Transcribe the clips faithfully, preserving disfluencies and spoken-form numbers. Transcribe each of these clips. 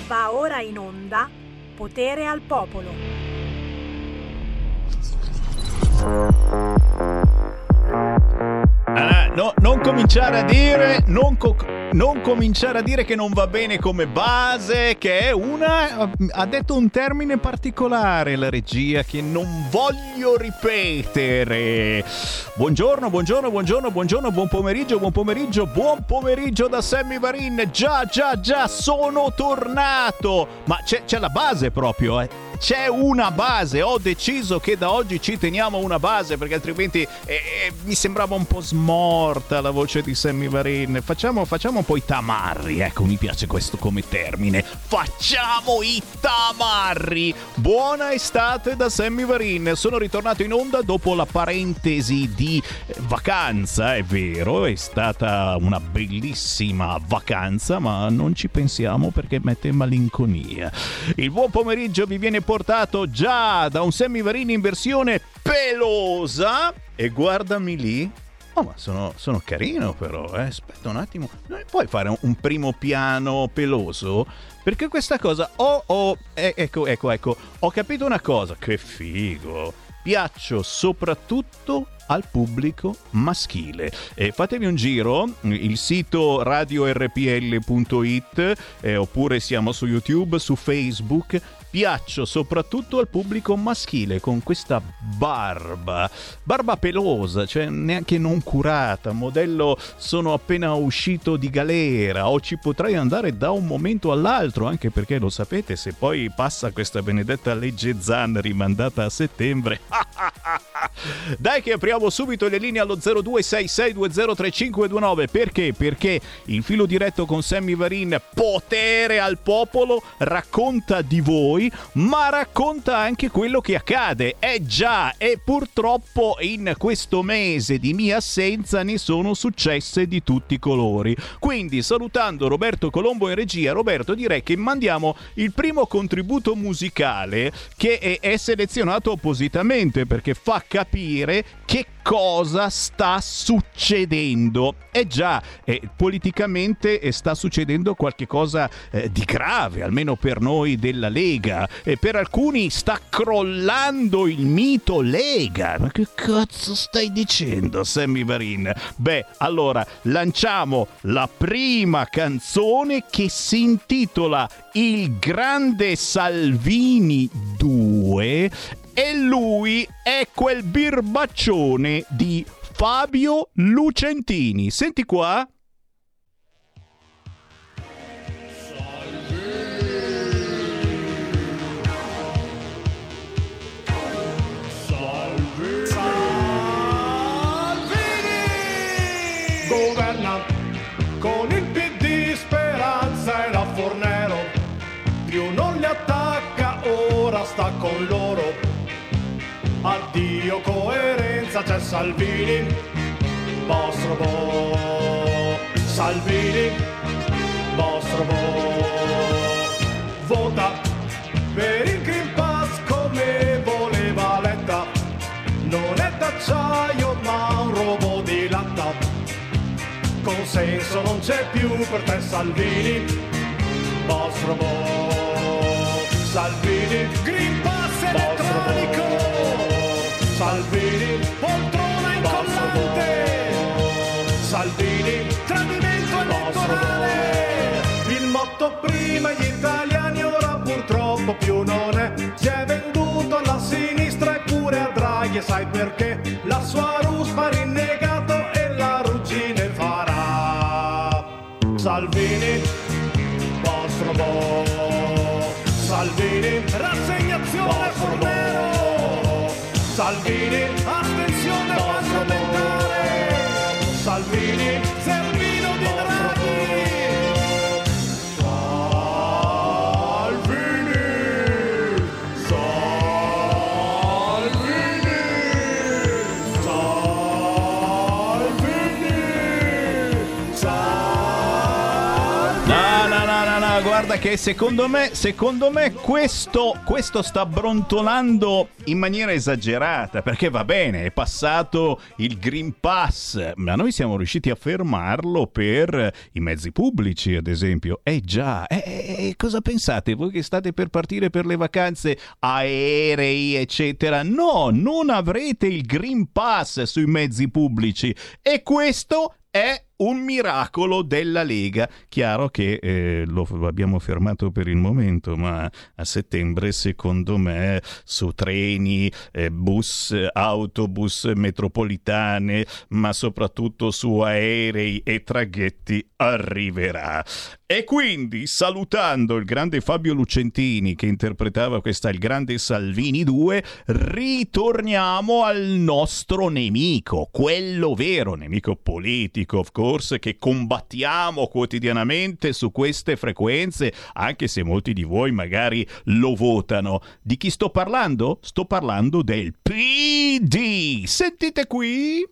Va ora in onda Potere al Popolo. Ah, no, non cominciare a dire non, co- non cominciare a dire che non va bene come base, che è una, ha detto un termine particolare la regia che non voglio ripetere. Buongiorno, buongiorno, buongiorno, buongiorno, buon pomeriggio, buon pomeriggio, buon pomeriggio da Sammy Varin. Già, già, già, sono tornato. Ma c'è, c'è la base proprio, eh. C'è una base, ho deciso che da oggi ci teniamo una base perché altrimenti eh, eh, mi sembrava un po' smorta la voce di Sammy Varin. Facciamo, facciamo un po' i tamarri, ecco, mi piace questo come termine. Facciamo i tamarri. Buona estate da Sammy Varin. Sono ritornato in onda dopo la parentesi di vacanza, è vero, è stata una bellissima vacanza, ma non ci pensiamo perché mette malinconia. Il buon pomeriggio vi viene portato già da un Sammy Varin in versione pelosa e guardami lì. Oh, ma sono, sono carino però, eh. Aspetta un attimo, puoi fare un, un primo piano peloso? Perché questa cosa, oh, oh, eh, ecco, ecco, ecco, ho capito una cosa, che figo, piaccio soprattutto al pubblico maschile. E fatevi un giro, il sito radio r p l punto i t eh, oppure siamo su YouTube, su Facebook. Piaccio soprattutto al pubblico maschile con questa barba, barba pelosa, cioè neanche non curata, modello sono appena uscito di galera o ci potrei andare da un momento all'altro, anche perché lo sapete, se poi passa questa benedetta legge Zan rimandata a settembre. Dai che apriamo subito le linee allo zero due sei sei due zero tre cinque due nove. Perché? Perché il filo diretto con Sammy Varin, potere al popolo, racconta di voi, ma racconta anche quello che accade. Eh già, e purtroppo in questo mese di mia assenza ne sono successe di tutti i colori. Quindi, salutando Roberto Colombo in regia, Roberto, direi che mandiamo il primo contributo musicale che è, è selezionato appositamente perché fa capire che cosa sta succedendo. Eh già, eh, politicamente eh, sta succedendo qualche cosa eh, di grave, almeno per noi della Lega, e per alcuni sta crollando il mito Lega. Ma che cazzo stai dicendo, Sammy Varin? Beh, allora lanciamo la prima canzone che si intitola Il Grande Salvini due e lui è quel birbaccione di Fabio Lucentini. Senti qua. Governa con il P D, Speranza e la Fornero, più non li attacca, ora sta con loro. Addio coerenza, c'è Salvini, vostro bo, Salvini, vostro bo. Vota per il Green Pass come voleva Letta, non è d'acciaio ma un robot di latta. Consenso non c'è più per te Salvini, vostro bo, Salvini, Green Pass elettronico, Salvini, poltrona incollante, Salvini, tradimento elettorale. Il motto prima gli italiani, ora purtroppo più non è. Si è venduto alla sinistra e pure a Draghi, e sai perché? La sua ruspa rinnegato e la ruggine farà. Salvini, vostro bo, Salvini, rassegnazione Fornero, Salvini, astensione parlamentare, Salvini, Servino di Draghi. Salvini, Salvini, Salvini, Salvini. No, no, no, no, no, guarda che secondo me, secondo me questo, questo sta brontolando in maniera esagerata, perché va bene, è passato il Green Pass, ma noi siamo riusciti a fermarlo per i mezzi pubblici, ad esempio. Eh già, eh, eh, cosa pensate? Voi che state per partire per le vacanze, aerei, eccetera? No, non avrete il Green Pass sui mezzi pubblici, e questo è un miracolo della Lega. Chiaro che eh, lo abbiamo fermato per il momento, ma a settembre secondo me su treni, eh, bus, autobus, metropolitane, ma soprattutto su aerei e traghetti arriverà. E quindi, salutando il grande Fabio Lucentini che interpretava questa Il Grande Salvini due, ritorniamo al nostro nemico, quello vero, nemico politico, of course, che combattiamo quotidianamente su queste frequenze, anche se molti di voi magari lo votano. Di chi sto parlando? Sto parlando del P D. Sentite qui.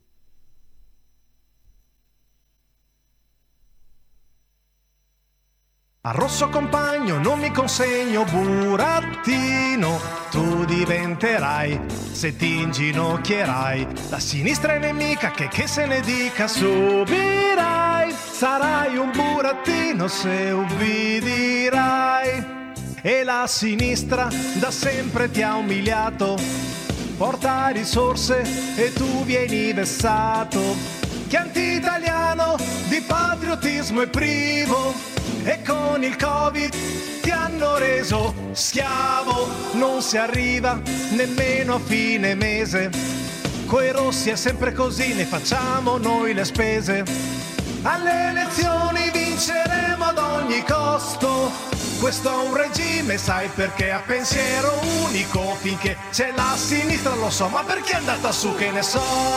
Al rosso compagno non mi consegno, burattino, tu diventerai se ti inginocchierai. La sinistra è nemica, che che se ne dica, subirai. Sarai un burattino se ubbidirai. E la sinistra da sempre ti ha umiliato, porta risorse e tu vieni vessato. Che anti-italiano di patriottismo è privo, e con il Covid ti hanno reso schiavo. Non si arriva nemmeno a fine mese, coi rossi è sempre così, ne facciamo noi le spese. Alle elezioni vinceremo ad ogni costo, questo è un regime, sai perché, a pensiero unico. Finché c'è la sinistra lo so, ma perché è andata su che ne so.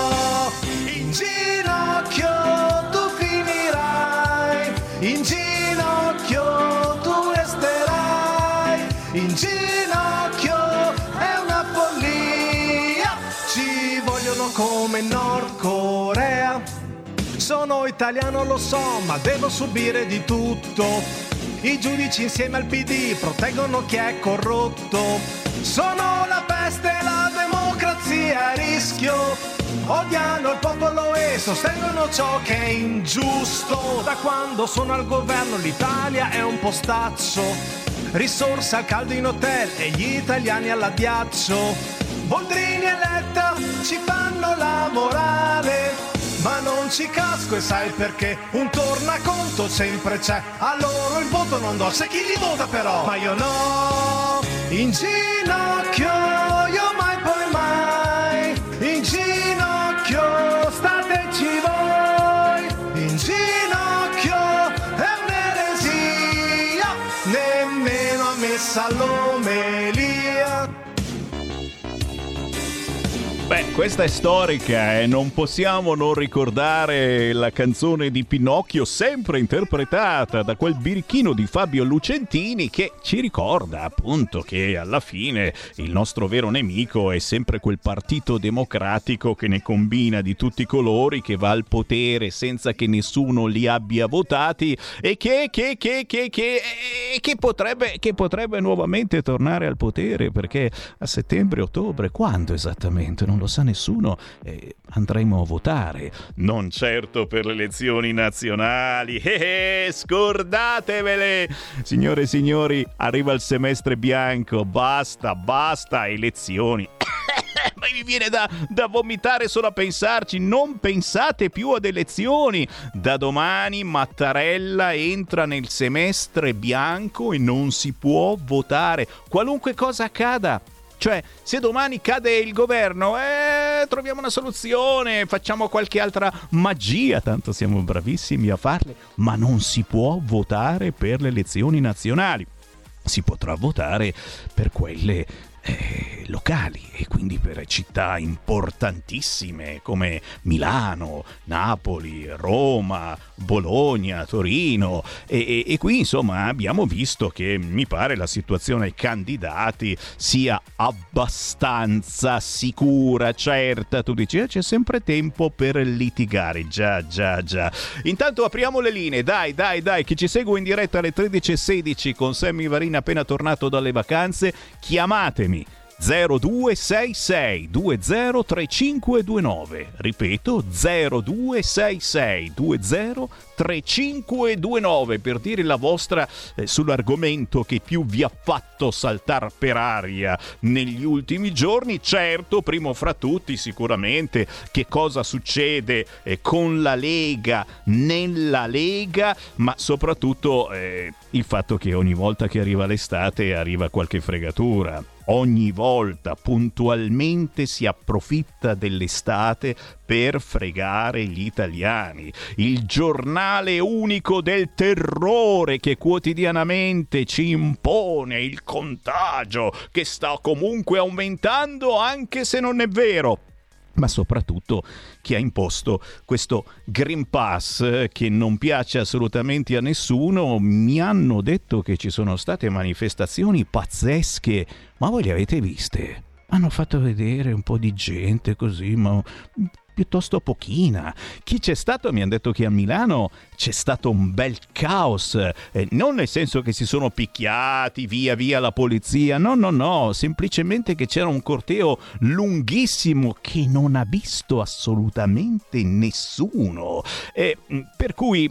In ginocchio tu finirai, in ginocchio tu resterai, in ginocchio è una follia. Ci vogliono come Nord Corea. Sono italiano lo so, ma devo subire di tutto. I giudici insieme al P D proteggono chi è corrotto. Sono la peste, la democrazia a rischio. Odiano il popolo e sostengono ciò che è ingiusto. Da quando sono al governo l'Italia è un postaccio. Risorse al caldo in hotel e gli italiani all'addiaccio. Boldrini e Letta ci fanno la morale, ma non ci casco e sai perché? Un tornaconto sempre c'è, a loro il voto non do, se chi li vota però, ma io no. In ginocchio io mai poi mai, in ginocchio stateci voi, in ginocchio è un'eresia, nemmeno a messa l'omelia. Beh, questa è storica e non possiamo non ricordare la canzone di Pinocchio, sempre interpretata da quel birichino di Fabio Lucentini, che ci ricorda appunto che alla fine il nostro vero nemico è sempre quel partito democratico che ne combina di tutti i colori, che va al potere senza che nessuno li abbia votati e che, che, che, che, che, che, potrebbe, che potrebbe nuovamente tornare al potere, perché a settembre-ottobre, quando esattamente? Non lo sa nessuno, eh, andremo a votare. Non certo per le elezioni nazionali, eh, eh, scordatevele. Signore e signori, arriva il semestre bianco, basta, basta elezioni. Ma mi viene da, da vomitare solo a pensarci. Non pensate più ad elezioni. Da domani Mattarella entra nel semestre bianco e non si può votare, qualunque cosa accada. Cioè, se domani cade il governo, eh, troviamo una soluzione, facciamo qualche altra magia, tanto siamo bravissimi a farle, ma non si può votare per le elezioni nazionali. Si potrà votare per quelle eh, locali, e quindi per città importantissime come Milano, Napoli, Roma, Bologna, Torino, e, e, e qui insomma abbiamo visto che mi pare la situazione ai candidati sia abbastanza sicura, certa. Tu dici eh, c'è sempre tempo per litigare, già già già. Intanto apriamo le linee, dai dai dai, chi ci segue in diretta alle tredici e sedici con Sammy Varin appena tornato dalle vacanze, chiamatemi zero due sei sei due zero tre cinque due nove, ripeto zero due sei sei due zero tre cinque due nove per dire la vostra eh, sull'argomento che più vi ha fatto saltar per aria negli ultimi giorni. Certo, primo fra tutti sicuramente che cosa succede eh, con la Lega nella Lega, ma soprattutto eh, il fatto che ogni volta che arriva l'estate arriva qualche fregatura. Ogni volta puntualmente si approfitta dell'estate per fregare gli italiani. Il giornale unico del terrore che quotidianamente ci impone il contagio, che sta comunque aumentando anche se non è vero. Ma soprattutto chi ha imposto questo Green Pass che non piace assolutamente a nessuno. Mi hanno detto che ci sono state manifestazioni pazzesche, ma voi le avete viste? Hanno fatto vedere un po' di gente così, ma piuttosto pochina. Chi c'è stato mi hanno detto che a Milano c'è stato un bel caos, eh, non nel senso che si sono picchiati via via la polizia, no no no, semplicemente che c'era un corteo lunghissimo che non ha visto assolutamente nessuno, eh, per cui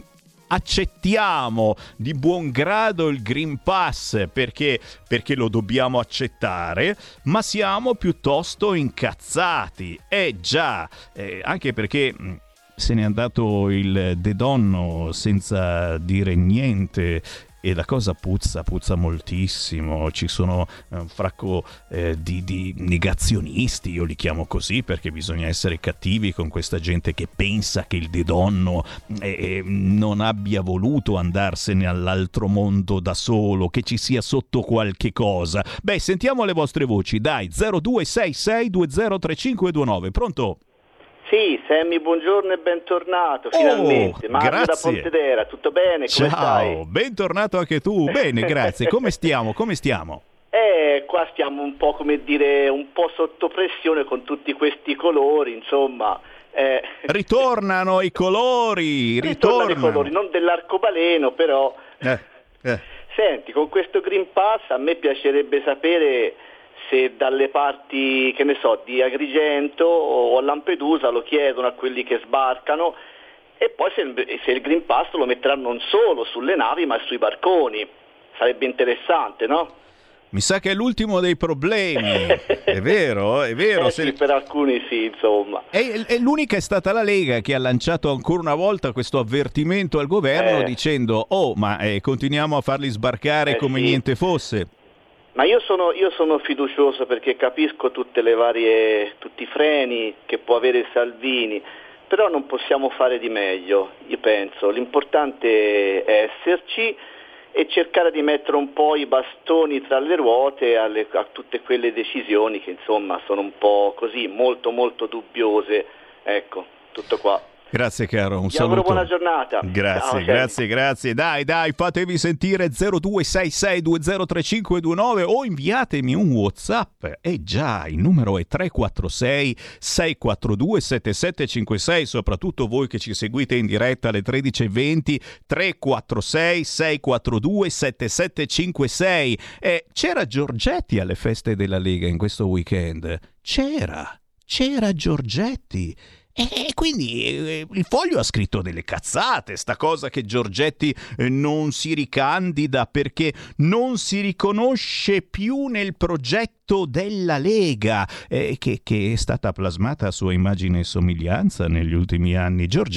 accettiamo di buon grado il Green Pass perché, perché lo dobbiamo accettare, ma siamo piuttosto incazzati. Eh già, eh, anche perché se n'è andato il De Donno senza dire niente e la cosa puzza, puzza moltissimo. Ci sono un fracco eh, di, di negazionisti, io li chiamo così perché bisogna essere cattivi con questa gente che pensa che il De Donno eh, non abbia voluto andarsene all'altro mondo da solo, che ci sia sotto qualche cosa. Beh, sentiamo le vostre voci, dai, zero due sei sei due zero tre cinque due nove, pronto? Sì, Sammy, buongiorno e bentornato, finalmente. Oh, Mario da grazie. Pontedera, tutto bene? Come Ciao, stai? bentornato anche tu. Bene, grazie. Come stiamo? Come stiamo? Eh, qua stiamo un po', come dire, un po' sotto pressione con tutti questi colori, insomma. Eh. Ritornano i colori, ritornano. Ritornano i colori, non dell'arcobaleno, però. Eh, eh. Senti, con questo Green Pass a me piacerebbe sapere se dalle parti, che ne so, di Agrigento o a Lampedusa lo chiedono a quelli che sbarcano, e poi se, se il Green Pass lo metteranno non solo sulle navi ma sui barconi. Sarebbe interessante, no? Mi sa che è l'ultimo dei problemi. È vero, è vero. Eh se... sì, per alcuni sì, insomma. E, e l'unica è stata la Lega che ha lanciato ancora una volta questo avvertimento al governo eh. dicendo oh ma eh, continuiamo a farli sbarcare eh, come sì. niente fosse. Ma io sono, io sono fiducioso perché capisco tutte le varie, tutti i freni che può avere Salvini, però non possiamo fare di meglio, io penso. L'importante è esserci e cercare di mettere un po' i bastoni tra le ruote alle, a tutte quelle decisioni che insomma sono un po' così, molto molto dubbiose. Ecco, tutto qua. Grazie caro, un Ti saluto. auguro buona giornata. Grazie, Ciao, grazie, grazie. Dai, dai, fatevi sentire zero due sei sei due zero tre cinque due nove o inviatemi un WhatsApp. Eh già, il numero è tre quattro sei sei quattro due sette sette cinque sei, soprattutto voi che ci seguite in diretta alle tredici e venti, tre quattro sei sei quattro due sette sette cinque sei. Eh, c'era Giorgetti alle feste della Lega in questo weekend. C'era, c'era Giorgetti. E quindi eh, il Foglio ha scritto delle cazzate, sta cosa che Giorgetti eh, non si ricandida perché non si riconosce più nel progetto della Lega, eh, che, che è stata plasmata a sua immagine e somiglianza negli ultimi anni. Giorgè,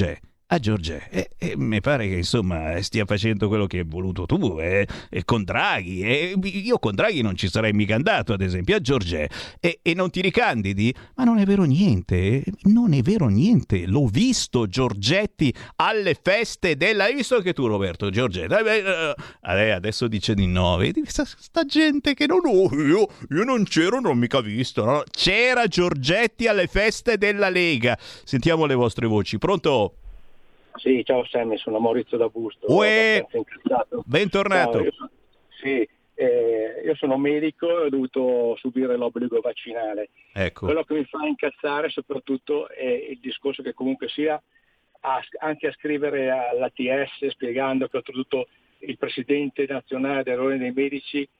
a Giorgetti. E, e mi pare che insomma stia facendo quello che hai voluto tu, eh, e con Draghi. E io con Draghi non ci sarei mica andato, ad esempio, a Giorgetti. E, e non ti ricandidi? Ma non è vero niente, non è vero niente. L'ho visto Giorgetti alle feste della... Hai visto anche tu, Roberto Giorgetti? Adesso dice di no, vedi sta, sta gente che non... Oh, io, io non c'ero, non ho mica visto. No? C'era Giorgetti alle feste della Lega. Sentiamo le vostre voci. Pronto? Sì, ciao Sammy, sono Maurizio da Busto. Uè, bentornato. Ciao, io, sì, eh, io sono medico e ho dovuto subire l'obbligo vaccinale. Ecco. Quello che mi fa incazzare soprattutto è il discorso che comunque sia a, anche a scrivere all'A T S spiegando che oltretutto il presidente nazionale dell'Ordine dei Medici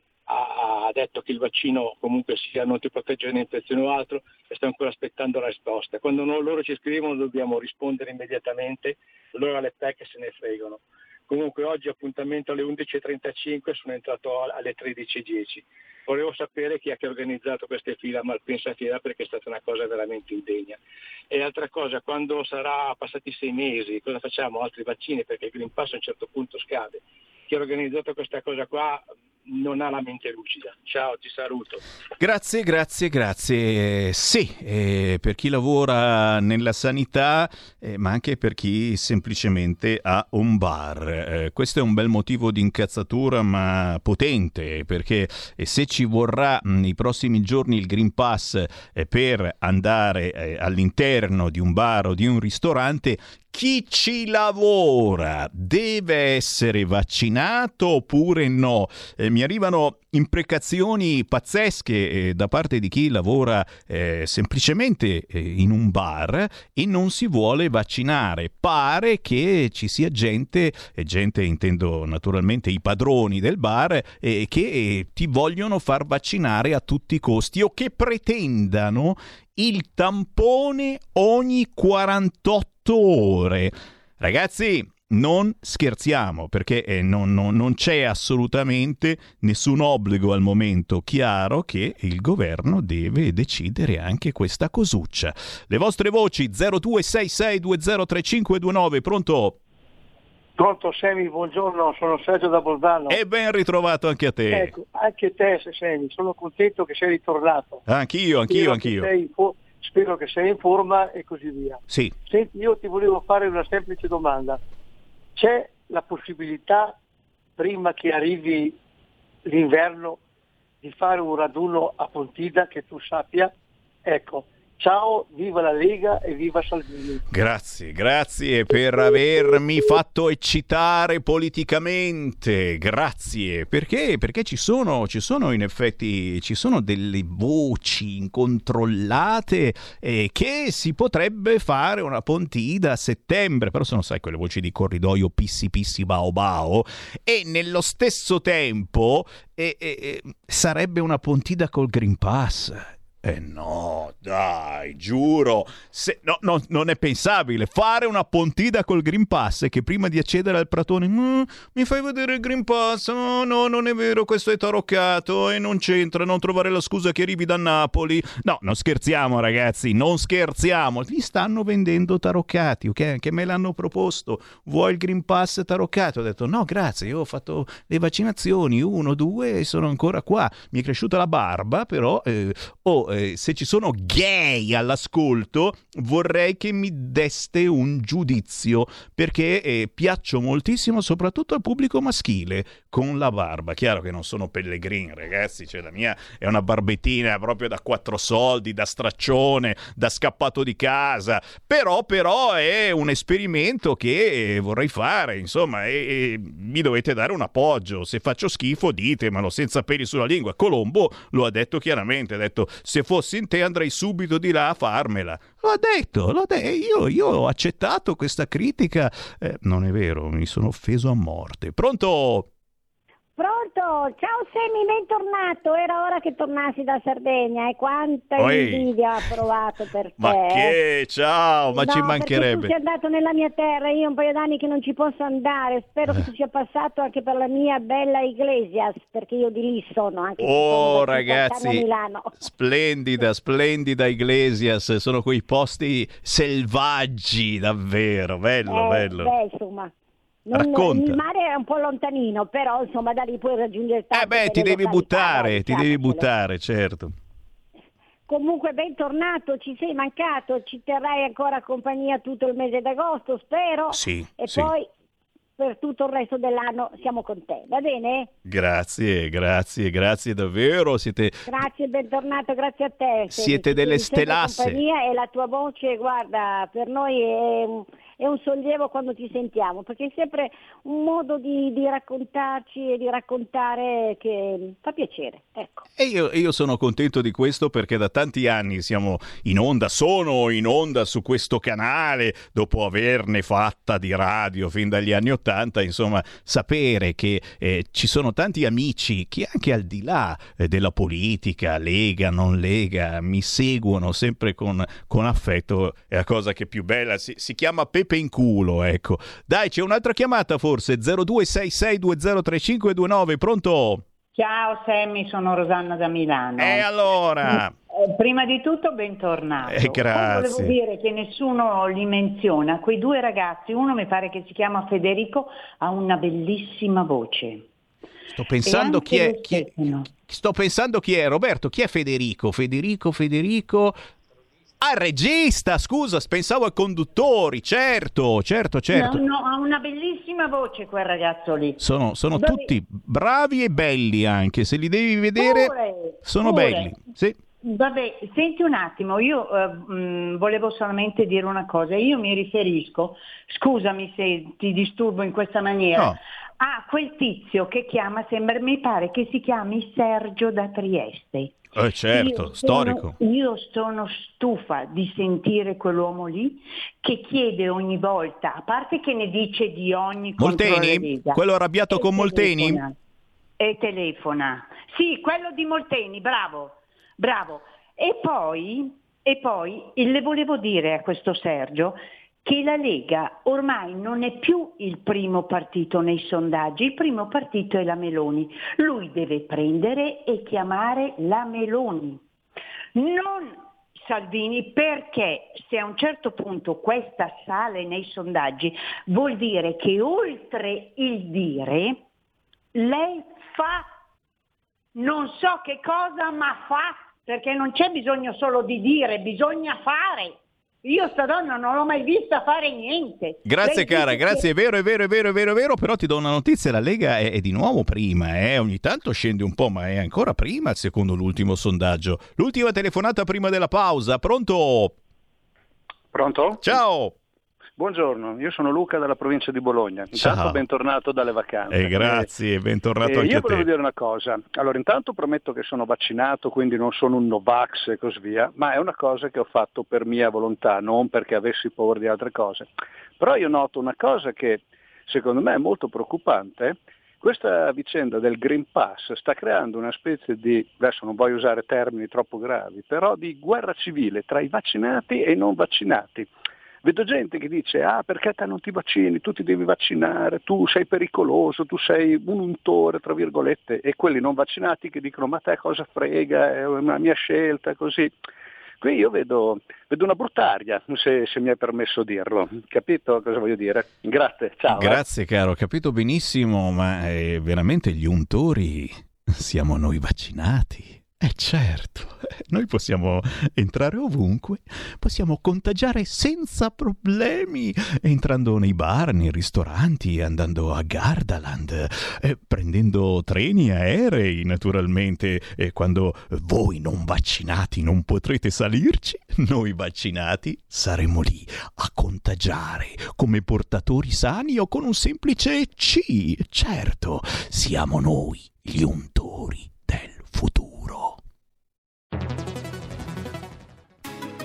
ha detto che il vaccino comunque sia non ti protegge da un'infezione o altro e sto ancora aspettando la risposta. Quando no, loro ci scrivono dobbiamo rispondere immediatamente, loro le P E C se ne fregano. Comunque oggi appuntamento alle undici e trentacinque, sono entrato alle tredici e dieci. Volevo sapere chi è che ha organizzato queste fila a Malpensa Fiera, perché è stata una cosa veramente indegna. E altra cosa, quando sarà passati sei mesi, cosa facciamo? Altri vaccini, perché il Green Pass a un certo punto scade. Chi ha organizzato questa cosa qua non ha la mente lucida. Ciao, ti saluto. Grazie, grazie, grazie. Sì, eh, per chi lavora nella sanità, eh, ma anche per chi semplicemente ha un bar. Eh, questo è un bel motivo di incazzatura, ma potente, perché eh, se ci vorrà mh, nei prossimi giorni il Green Pass eh, per andare eh, all'interno di un bar o di un ristorante, chi ci lavora deve essere vaccinato oppure no? Eh, mi arrivano imprecazioni pazzesche eh, da parte di chi lavora eh, semplicemente eh, in un bar e non si vuole vaccinare. Pare che ci sia gente, e gente intendo naturalmente i padroni del bar, eh, che eh, ti vogliono far vaccinare a tutti i costi o che pretendano il tampone ogni quarantotto ore. Ragazzi, non scherziamo, perché eh, non, non, non c'è assolutamente nessun obbligo al momento chiaro che il governo deve decidere anche questa cosuccia. Le vostre voci zero due sei sei due zero tre cinque due nove. Pronto? Pronto Semi, buongiorno, sono Sergio da Bolzano. E ben ritrovato anche a te. Ecco, anche te Semi, sono contento che sei ritornato. Anch'io, anch'io, spero anch'io. Che sei fo- spero che sei in forma e così via. Sì. Senti, io ti volevo fare una semplice domanda. C'è la possibilità, prima che arrivi l'inverno, di fare un raduno a Pontida, che tu sappia? Ecco. Ciao, viva la Lega e viva Salvini. Grazie, grazie per avermi fatto eccitare politicamente. Grazie. Perché? Perché ci sono, ci sono in effetti, ci sono delle voci incontrollate eh, che si potrebbe fare una Pontida a settembre, però sono, sai, quelle voci di corridoio pissi pissi bao bao, e nello stesso tempo eh, eh, sarebbe una Pontida col Green Pass. Eh no, dai, giuro, se, no, no, non è pensabile fare una Pontida col Green Pass e che prima di accedere al Pratone mm, mi fai vedere il Green Pass, no, no, non è vero, questo è taroccato e non c'entra, non trovare la scusa che arrivi da Napoli. No, non scherziamo ragazzi, non scherziamo, li stanno vendendo taroccati, ok? Che me l'hanno proposto, vuoi il Green Pass taroccato? Ho detto no grazie, io ho fatto le vaccinazioni, uno, due e sono ancora qua, mi è cresciuta la barba, però eh, oh, Eh, se ci sono gay all'ascolto vorrei che mi deste un giudizio, perché eh, piaccio moltissimo soprattutto al pubblico maschile con la barba. Chiaro che non sono Pellegrin ragazzi, cioè la mia è una barbettina proprio da quattro soldi, da straccione, da scappato di casa, però però è un esperimento che eh, vorrei fare, insomma, e, e mi dovete dare un appoggio. Se faccio schifo ditemelo senza peli sulla lingua. Colombo lo ha detto chiaramente, ha detto se fossi in te andrei subito di là a farmela. L'ho detto, l'ho detto. Io, io ho accettato questa critica. Eh, non è vero, mi sono offeso a morte. Pronto? Pronto? Ciao Semi, bentornato. Era ora che tornassi da Sardegna e quanta Oi. invidia ho provato per te. Ma che? Ciao, ma no, ci perché tu mancherebbe. sei andato nella mia terra, io un paio d'anni che non ci posso andare. Spero che tu sia passato anche per la mia bella Iglesias, perché io di lì sono anche se Oh sono da cinquanta anni a ragazzi, Milano. splendida, splendida Iglesias, sono quei posti selvaggi, davvero, bello, Eh, bello. Beh, insomma. Non, Racconta. il mare è un po' lontanino, però insomma da lì puoi raggiungere tanto. Eh beh, ti devi buttare, ti devi buttare, certo. Comunque bentornato, ci sei mancato, ci terrai ancora compagnia tutto il mese d'agosto, spero. Sì, E sì. poi per tutto il resto dell'anno siamo con te, va bene? Grazie, grazie, grazie davvero, siete... Grazie, bentornato, grazie a te. Siete Ci delle tieni sempre stelasse. compagnia e la tua voce, guarda, per noi è un, è un sollievo quando ti sentiamo, perché è sempre un modo di, di raccontarci e di raccontare che fa piacere, ecco. E io, io sono contento di questo perché da tanti anni siamo in onda, sono in onda su questo canale, dopo averne fatta di radio fin dagli anni Ottanta, insomma, sapere che eh, ci sono tanti amici che anche al di là eh, della politica, Lega, non Lega, mi seguono sempre con, con affetto, è la cosa che è più bella, si, si chiama Pepe in culo, ecco. Dai, c'è un'altra chiamata forse, zero due sei sei due zero tre cinque due nove, pronto? Ciao Sammy, sono Rosanna da Milano. E allora? Eh, Prima di tutto bentornato. Eh, grazie. Poi volevo dire che nessuno li menziona, quei due ragazzi, uno mi pare che si chiama Federico, ha una bellissima voce. Sto pensando E chi anche è, chi, lo Stefano. sto pensando chi è, Roberto, chi è Federico? Federico, Federico... Ah, il regista, scusa, pensavo ai conduttori, certo, certo, certo. No, no, ha una bellissima voce quel ragazzo lì. Sono, sono Vabbè. tutti bravi e belli anche, se li devi vedere Pure, sono pure. belli. Sì. Vabbè, senti un attimo, io eh, mh, volevo solamente dire una cosa, io mi riferisco, scusami se ti disturbo in questa maniera, No. a quel tizio che chiama, sembra, mi pare che si chiami Sergio da Trieste. Eh, certo, Io storico. sono, io sono stufa di sentire quell'uomo lì che chiede ogni volta, a parte che ne dice di ogni contro la Molteni? Lega, Quello arrabbiato e con Molteni? telefona, E telefona. Sì, quello di Molteni, bravo, bravo. E poi, e poi le volevo dire a questo Sergio che la Lega ormai non è più il primo partito nei sondaggi, il primo partito è la Meloni. Lui deve prendere e chiamare la Meloni, non Salvini, perché se a un certo punto questa sale nei sondaggi vuol dire che oltre il dire lei fa non so che cosa, ma fa, perché non c'è bisogno solo di dire, bisogna fare. Io sta donna non l'ho mai vista fare niente. Grazie Lei cara, dice grazie, che- è vero, è vero, è vero, è vero, è vero, però ti do una notizia, la Lega è, è di nuovo prima, eh? Ogni tanto scende un po', ma è ancora prima secondo l'ultimo sondaggio. L'ultima telefonata prima della pausa, pronto? Pronto? Ciao! Buongiorno, io sono Luca dalla provincia di Bologna. Intanto Ciao. bentornato dalle vacanze. Eh, grazie, bentornato Eh, anche io a volevo te. dire una cosa. Allora, intanto prometto che sono vaccinato, quindi non sono un Novax e così via, ma è una cosa che ho fatto per mia volontà, non perché avessi paura di altre cose. Però io noto una cosa che secondo me è molto preoccupante. Questa vicenda del Green Pass sta creando una specie di, adesso non voglio usare termini troppo gravi, però di guerra civile tra i vaccinati e i non vaccinati. Vedo gente che dice, ah perché te non ti vaccini, tu ti devi vaccinare, tu sei pericoloso, tu sei un untore, tra virgolette, e quelli non vaccinati che dicono, ma te cosa frega, è una mia scelta, così. Qui io vedo, vedo una bruttaria, se, se mi è permesso dirlo, capito cosa voglio dire? Grazie, ciao. eh. Grazie caro, ho capito benissimo, ma eh, veramente gli untori siamo noi vaccinati. Eh certo, noi possiamo entrare ovunque, possiamo contagiare senza problemi, entrando nei bar, nei ristoranti, andando a Gardaland, eh, prendendo treni, aerei naturalmente, e quando voi non vaccinati non potrete salirci, noi vaccinati saremo lì a contagiare come portatori sani o con un semplice C, certo, siamo noi gli untori del futuro.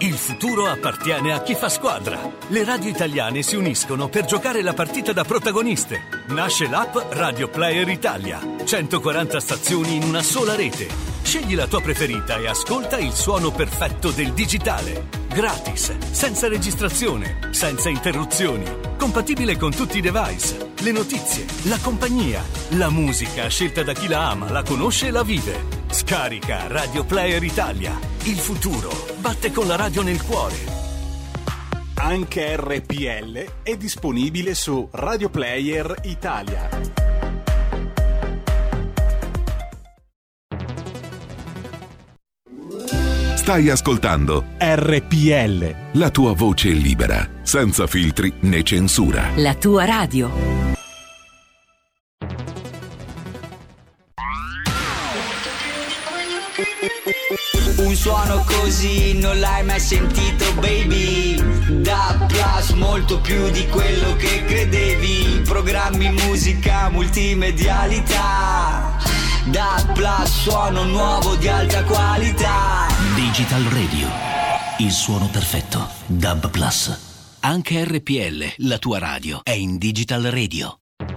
Il futuro appartiene a chi fa squadra. Le radio italiane si uniscono per giocare la partita da protagoniste. Nasce l'app Radio Player Italia. centoquaranta stazioni in una sola rete. Scegli la tua preferita e ascolta il suono perfetto del digitale. Gratis, senza registrazione, senza interruzioni. Compatibile con tutti i device. Le notizie, la compagnia, la musica scelta da chi la ama, la conosce e la vive. Scarica Radio Player Italia. Il futuro batte con la radio nel cuore. Anche R P L è disponibile su Radio Player Italia. Stai ascoltando R P L, la tua voce libera, senza filtri né censura. La tua radio. Un suono così non l'hai mai sentito, baby. Da Plus, molto più di quello che credevi. Programmi, musica, multimedialità. Da Plus, suono nuovo di alta qualità. Digital Radio, il suono perfetto. Dub Plus. Anche R P L, la tua radio, è in Digital Radio.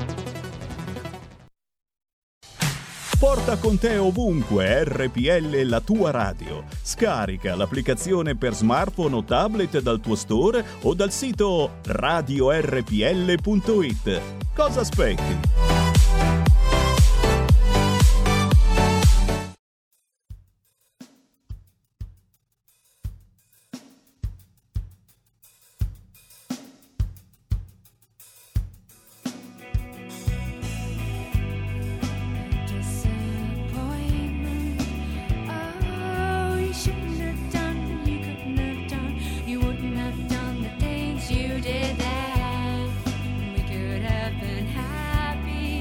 Porta con te ovunque R P L, la tua radio. Scarica l'applicazione per smartphone o tablet dal tuo store o dal sito radio r p l punto i t. Cosa aspetti? You did that. We could have been happy.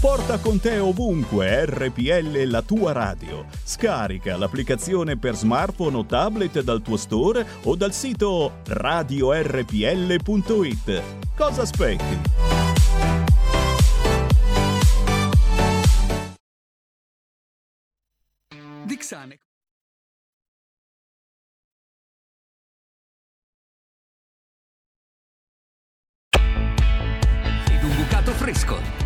Porta con te ovunque R P L, la tua radio. Scarica l'applicazione per smartphone o tablet dal tuo store o dal sito radio r p l punto i t. Cosa aspetti? Dixane. Ed un bucato fresco.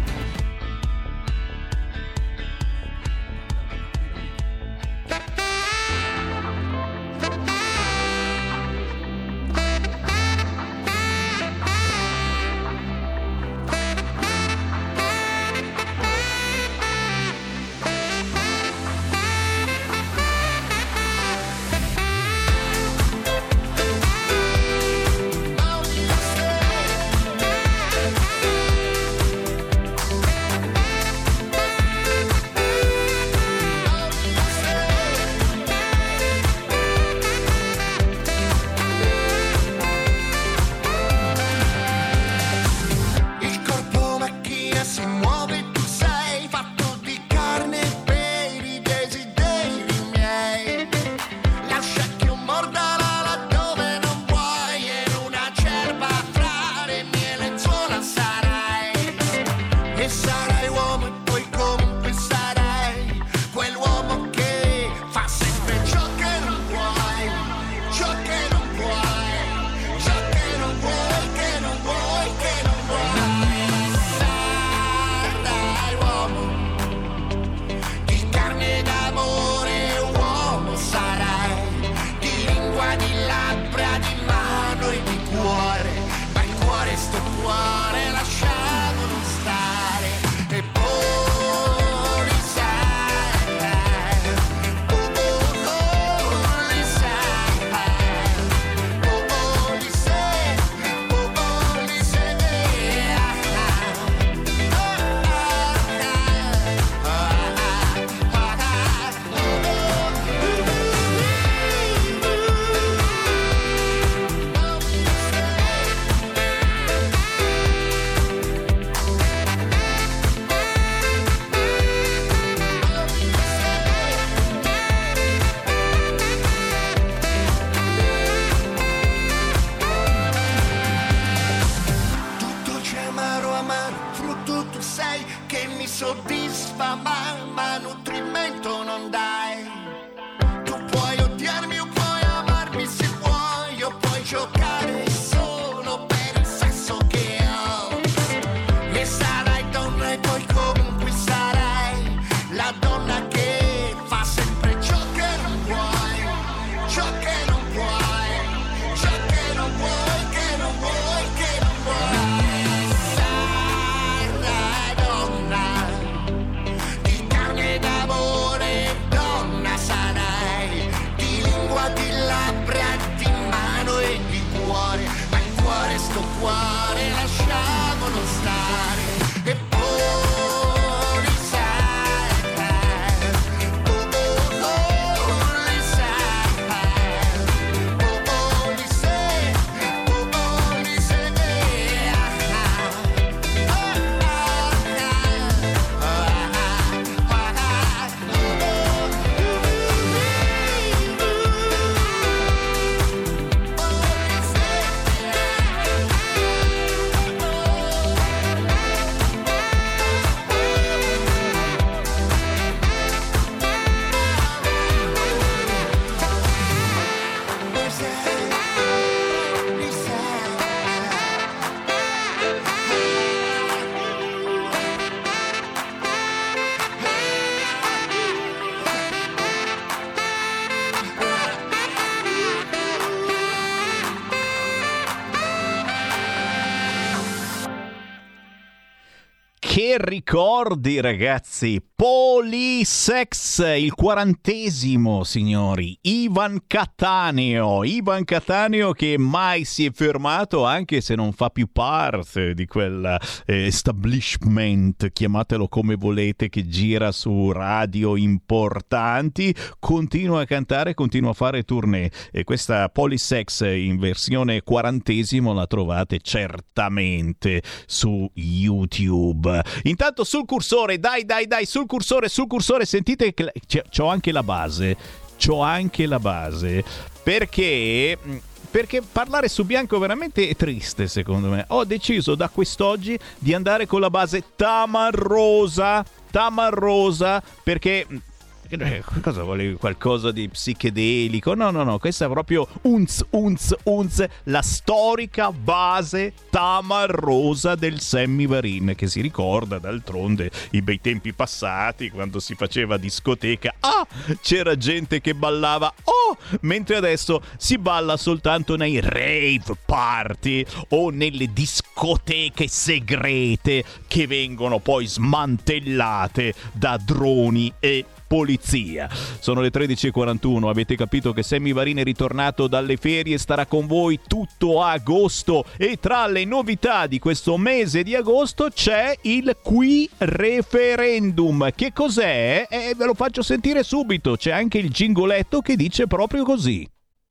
Che ricordi, ragazzi, Polisex, il quarantesimo, signori. Ivan Cattaneo, Ivan Cattaneo che mai si è fermato, anche se non fa più parte di quel eh, establishment, chiamatelo come volete, che gira su radio importanti, continua a cantare, continua a fare tournée, e questa Polisex in versione quarantesimo la trovate certamente su YouTube. Intanto sul cursore, dai dai dai, sul cursore, sul cursore, sentite che c'è, c'ho anche la base, c'ho anche la base, perché... perché parlare su bianco veramente è triste, secondo me. Ho deciso da quest'oggi di andare con la base tamarrosa, tamarrosa, perché... cosa volevi? Qualcosa di psichedelico? No, no, no, questa è proprio unz, unz, unz, la storica base tamarrosa del Sammy Varin, che si ricorda d'altronde i bei tempi passati, quando si faceva discoteca. Ah, c'era gente che ballava, oh, mentre adesso si balla soltanto nei rave party o nelle discoteche segrete che vengono poi smantellate da droni e polizia. Sono le tredici e quarantuno, avete capito che Sammy Varin è ritornato dalle ferie, starà con voi tutto agosto, e tra le novità di questo mese di agosto c'è il Qui Referendum. Che cos'è? Eh, ve lo faccio sentire subito, c'è anche il jingoletto che dice proprio così.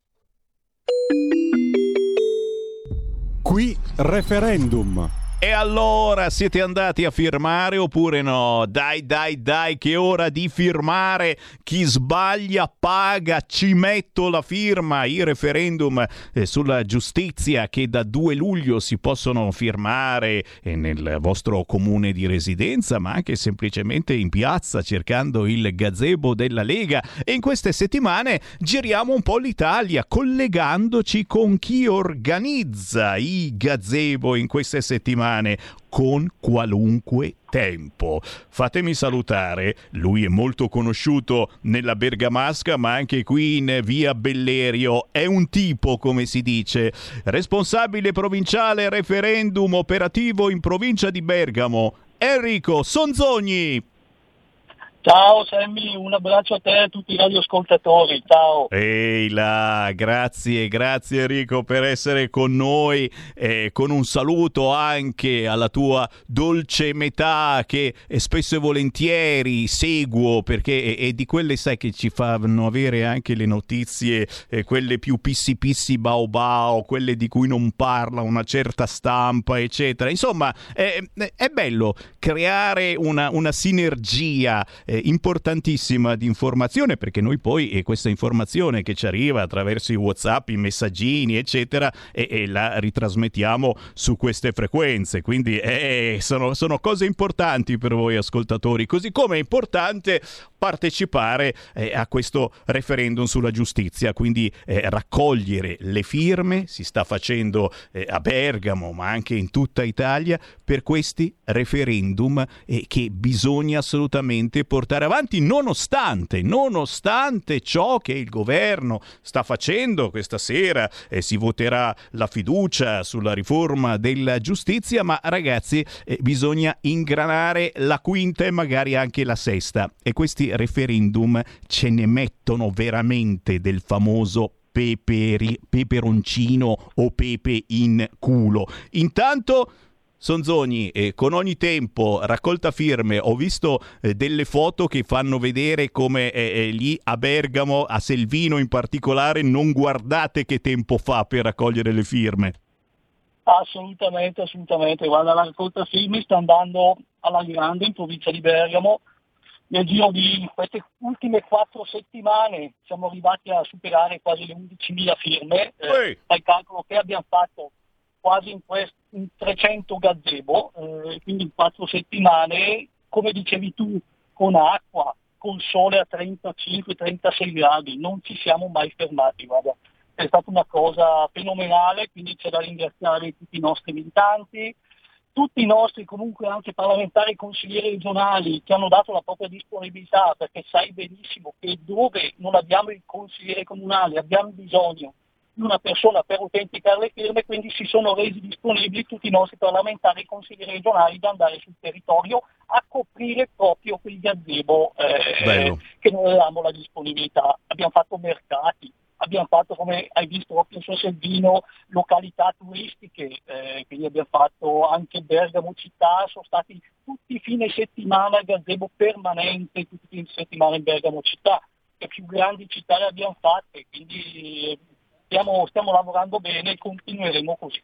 Qui Referendum. E allora, siete andati a firmare oppure no? Dai, dai, dai, che è ora di firmare. Chi sbaglia paga, ci metto la firma. I referendum eh, sulla giustizia che da due luglio si possono firmare eh, nel vostro comune di residenza, ma anche semplicemente in piazza cercando il gazebo della Lega. E in queste settimane giriamo un po' l'Italia, collegandoci con chi organizza i gazebo in queste settimane, con qualunque tempo. Fatemi salutare, lui è molto conosciuto nella Bergamasca, ma anche qui in via Bellerio, è un tipo, come si dice, responsabile provinciale referendum operativo in provincia di Bergamo, Enrico Sonzogni. Ciao Sammy, un abbraccio a te e a tutti i radioascoltatori, ciao. Ehi là, grazie, grazie Enrico per essere con noi, eh, con un saluto anche alla tua dolce metà che spesso e volentieri seguo, perché è, è di quelle, sai, che ci fanno avere anche le notizie, eh, quelle più pissi pissi bao bao, quelle di cui non parla una certa stampa, eccetera. Insomma, è, è bello creare una, una sinergia eh, importantissima di informazione, perché noi poi e questa informazione che ci arriva attraverso i WhatsApp, i messaggini eccetera, e, e la ritrasmettiamo su queste frequenze, quindi eh, sono, sono cose importanti per voi ascoltatori, così come è importante partecipare eh, a questo referendum sulla giustizia, quindi eh, raccogliere le firme. Si sta facendo eh, a Bergamo, ma anche in tutta Italia, per questi referendum eh, che bisogna assolutamente portare avanti, nonostante nonostante ciò che il governo sta facendo. Questa sera eh, si voterà la fiducia sulla riforma della giustizia, ma ragazzi eh, bisogna ingranare la quinta e magari anche la sesta, e questi referendum ce ne mettono veramente del famoso peperi, peperoncino o pepe in culo. Intanto Sonzogni, eh, con ogni tempo raccolta firme, ho visto eh, delle foto che fanno vedere come eh, eh, lì a Bergamo, a Selvino in particolare, non guardate che tempo fa per raccogliere le firme. Assolutamente, assolutamente. Guarda, la raccolta firme sta andando alla grande in provincia di Bergamo. Nel giro di queste ultime quattro settimane siamo arrivati a superare quasi le undicimila firme. Eh, fai calcolo che abbiamo fatto quasi in, quest- in trecento gazebo, eh, quindi in quattro settimane, come dicevi tu, con acqua, con sole a trentacinque trentasei gradi, non ci siamo mai fermati, guarda. È stata una cosa fenomenale, quindi c'è da ringraziare tutti i nostri militanti, tutti i nostri comunque anche parlamentari e consiglieri regionali che hanno dato la propria disponibilità, perché sai benissimo che dove non abbiamo il consigliere comunale abbiamo bisogno di una persona per autenticare le firme, quindi si sono resi disponibili tutti i nostri parlamentari e consigli regionali di andare sul territorio a coprire proprio quel gazebo eh, che noi avevamo la disponibilità. Abbiamo fatto mercati, abbiamo fatto, come hai visto proprio su Selvino, località turistiche, eh, quindi abbiamo fatto anche Bergamo città, sono stati tutti i fine settimana gazebo permanente, tutti i fine settimana in Bergamo città, le più grandi città le abbiamo fatte, quindi stiamo, stiamo lavorando bene e continueremo così.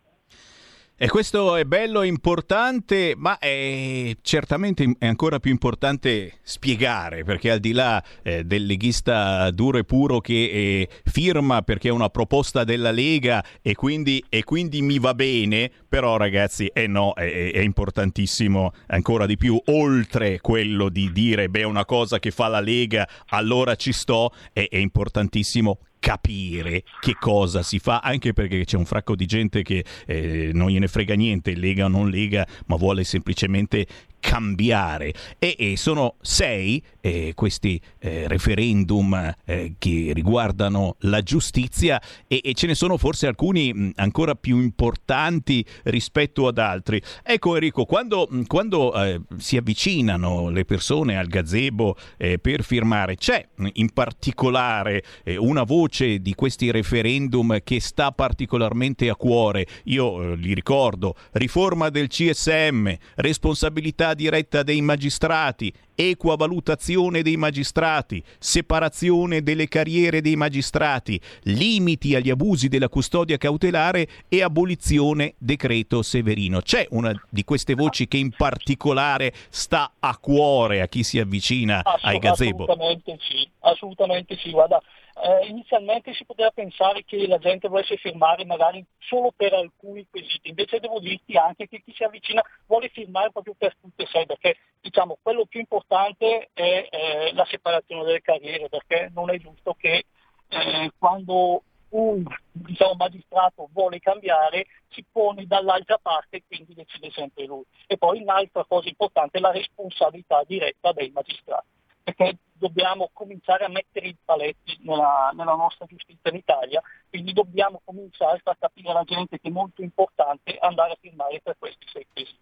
E questo è bello e importante, ma è certamente è ancora più importante spiegare, perché al di là eh, del leghista duro e puro che eh, firma perché è una proposta della Lega e quindi, e quindi mi va bene, però ragazzi eh no, è, è importantissimo ancora di più, oltre quello di dire beh è una cosa che fa la Lega allora ci sto, è, è importantissimo capire che cosa si fa, anche perché c'è un fracco di gente che eh, non gliene frega niente, lega o non lega, ma vuole semplicemente cambiare. E, e sono sei eh, questi eh, referendum eh, che riguardano la giustizia e, e ce ne sono forse alcuni mh, ancora più importanti rispetto ad altri. Ecco Enrico, quando, quando eh, si avvicinano le persone al gazebo eh, per firmare, c'è in particolare eh, una voce di questi referendum che sta particolarmente a cuore? Io eh, li ricordo: riforma del C S M, responsabilità diretta dei magistrati, equa valutazione dei magistrati, separazione delle carriere dei magistrati, limiti agli abusi della custodia cautelare e abolizione decreto Severino. C'è una di queste voci che in particolare sta a cuore a chi si avvicina ai gazebo? Assolutamente sì, assolutamente sì. Guarda, eh, inizialmente si poteva pensare che la gente volesse firmare magari solo per alcuni quesiti, invece devo dirti anche che chi si avvicina vuole firmare proprio per tutte e sei, perché diciamo quello più importante è eh, la separazione delle carriere, perché non è giusto che eh, quando un diciamo, magistrato vuole cambiare si pone dall'altra parte e quindi decide sempre lui. E poi un'altra cosa importante è la responsabilità diretta dei magistrati, perché dobbiamo cominciare a mettere i paletti nella, nella nostra giustizia in Italia, quindi dobbiamo cominciare a far capire alla gente che è molto importante andare a firmare per questi sei quesiti.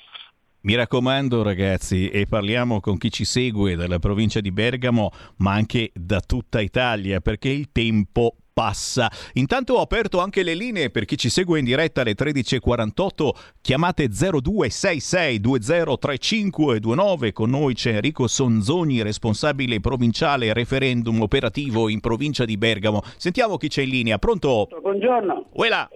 Mi raccomando ragazzi, e parliamo con chi ci segue dalla provincia di Bergamo, ma anche da tutta Italia, perché il tempo passa. Intanto ho aperto anche le linee per chi ci segue in diretta alle tredici e quarantotto. Chiamate zero due sei sei due zero tre cinque due nove. Con noi c'è Enrico Sonzogni, responsabile provinciale referendum operativo in provincia di Bergamo. Sentiamo chi c'è in linea. Pronto? Buongiorno. Uela.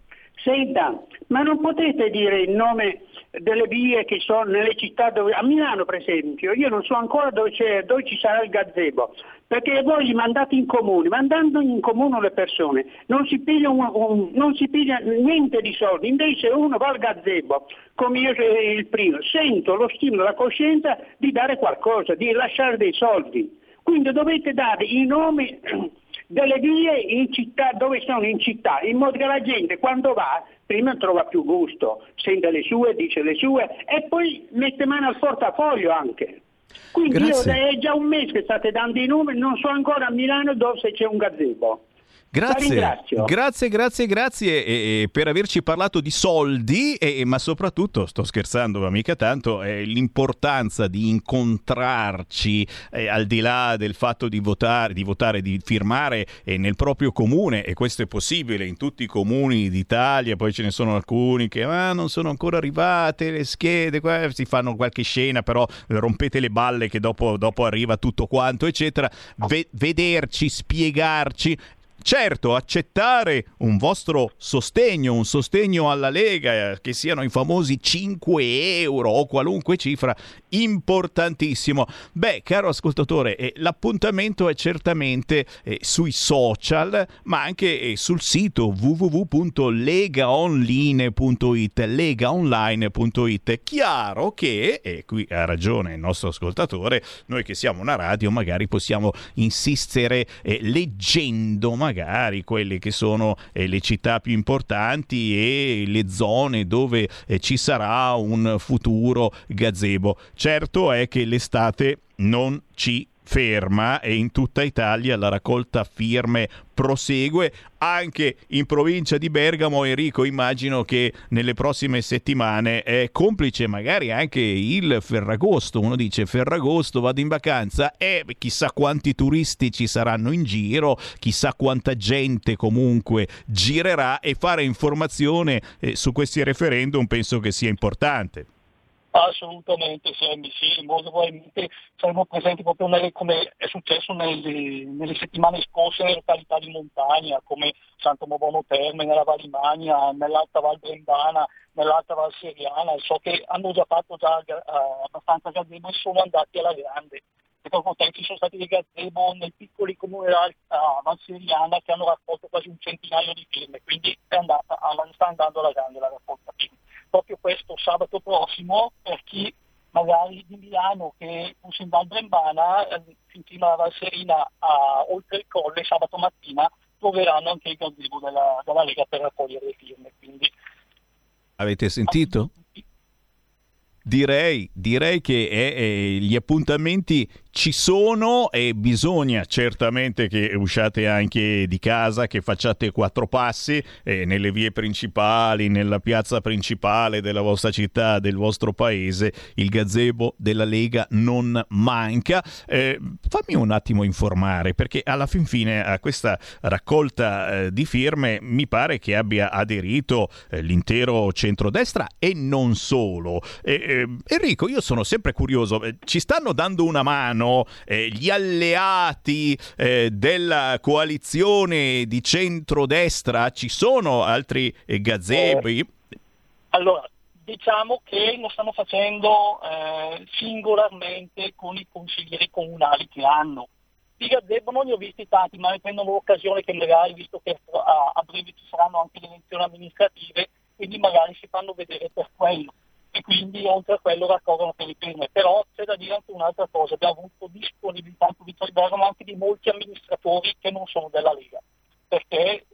Senta, ma non potete dire il nome delle vie che sono nelle città dove, a Milano per esempio, io non so ancora dove, c'è, dove ci sarà il gazebo, perché voi li mandate in comune, mandando in comune le persone non si piglia, un, un, non si piglia niente di soldi, invece uno va al gazebo, come io il primo, sento lo stimolo, la coscienza di dare qualcosa, di lasciare dei soldi, quindi dovete dare i nomi delle vie in città, dove sono in città, in modo che la gente quando va prima trova più gusto, sente le sue, dice le sue e poi mette mano al portafoglio anche. Quindi io, è già un mese che state dando i numeri, non so ancora a Milano dove se c'è un gazebo. Grazie, grazie, grazie, grazie e, e per averci parlato di soldi, e, ma soprattutto, sto scherzando ma mica tanto, eh, l'importanza di incontrarci eh, al di là del fatto di votare, di votare, di firmare eh, nel proprio comune, e questo è possibile in tutti i comuni d'Italia. Poi ce ne sono alcuni che ah, non sono ancora arrivate le schede, qua, si fanno qualche scena, però rompete le balle che dopo, dopo arriva tutto quanto, eccetera. V- vederci, spiegarci. Certo, accettare un vostro sostegno, un sostegno alla Lega, che siano i famosi cinque euro o qualunque cifra, importantissimo. Beh, caro ascoltatore, eh, l'appuntamento è certamente eh, sui social, ma anche eh, sul sito w w w punto legaonline punto it, legaonline punto it. Chiaro che, e qui ha ragione il nostro ascoltatore, noi che siamo una radio magari possiamo insistere eh, leggendo magari magari quelle che sono eh, le città più importanti e le zone dove eh, ci sarà un futuro gazebo. Certo è che l'estate non ci ferma e in tutta Italia la raccolta firme prosegue. Anche in provincia di Bergamo, Enrico, immagino che nelle prossime settimane è complice magari anche il Ferragosto. Uno dice Ferragosto, vado in vacanza e eh, chissà quanti turisti ci saranno in giro, chissà quanta gente comunque girerà, e fare informazione eh, su questi referendum penso che sia importante. Assolutamente, Sammy, sì, molto probabilmente saremo presenti proprio nelle, come è successo nelle, nelle settimane scorse nelle località di montagna come Santo Mobono Terme, nella Valimagna, nell'Alta Val Brembana, nell'Alta Val Seriana. So che hanno già fatto già uh, abbastanza gazebo e sono andati alla grande. E proprio ci sono stati dei gazebo nei piccoli comuni dell'Alta Val Seriana che hanno raccolto quasi un centinaio di firme, quindi è andata, sta andando alla grande la raccolta firme. Proprio questo sabato prossimo, per chi magari di Milano che fosse in Val Brembana, fin prima la Val Serina a oltre il colle, sabato mattina troveranno anche il gazebo della, della Lega per raccogliere le firme. Quindi avete sentito? Direi, direi che eh, eh, gli appuntamenti ci sono e bisogna certamente che usciate anche di casa, che facciate quattro passi eh, nelle vie principali, nella piazza principale della vostra città, del vostro paese. Il gazebo della Lega non manca. Eh, fammi un attimo informare, perché alla fin fine a questa raccolta eh, di firme mi pare che abbia aderito eh, l'intero centrodestra e non solo. Eh, eh, Enrico, io sono sempre curioso, eh, ci stanno dando una mano Eh, gli alleati eh, della coalizione di centrodestra? Ci sono altri eh, gazebi? Eh, allora, diciamo che lo stanno facendo eh, singolarmente con i consiglieri comunali che hanno. Di gazebo non ne ho visti tanti, ma ne prendono l'occasione che magari, visto che a, a breve ci saranno anche le elezioni amministrative, quindi magari si fanno vedere per quello. E quindi oltre a quello raccolgono per le firme. Però c'è da dire anche un'altra cosa: abbiamo avuto disponibilità in provincia di Bergamo anche di molti amministratori che non sono della Lega, perché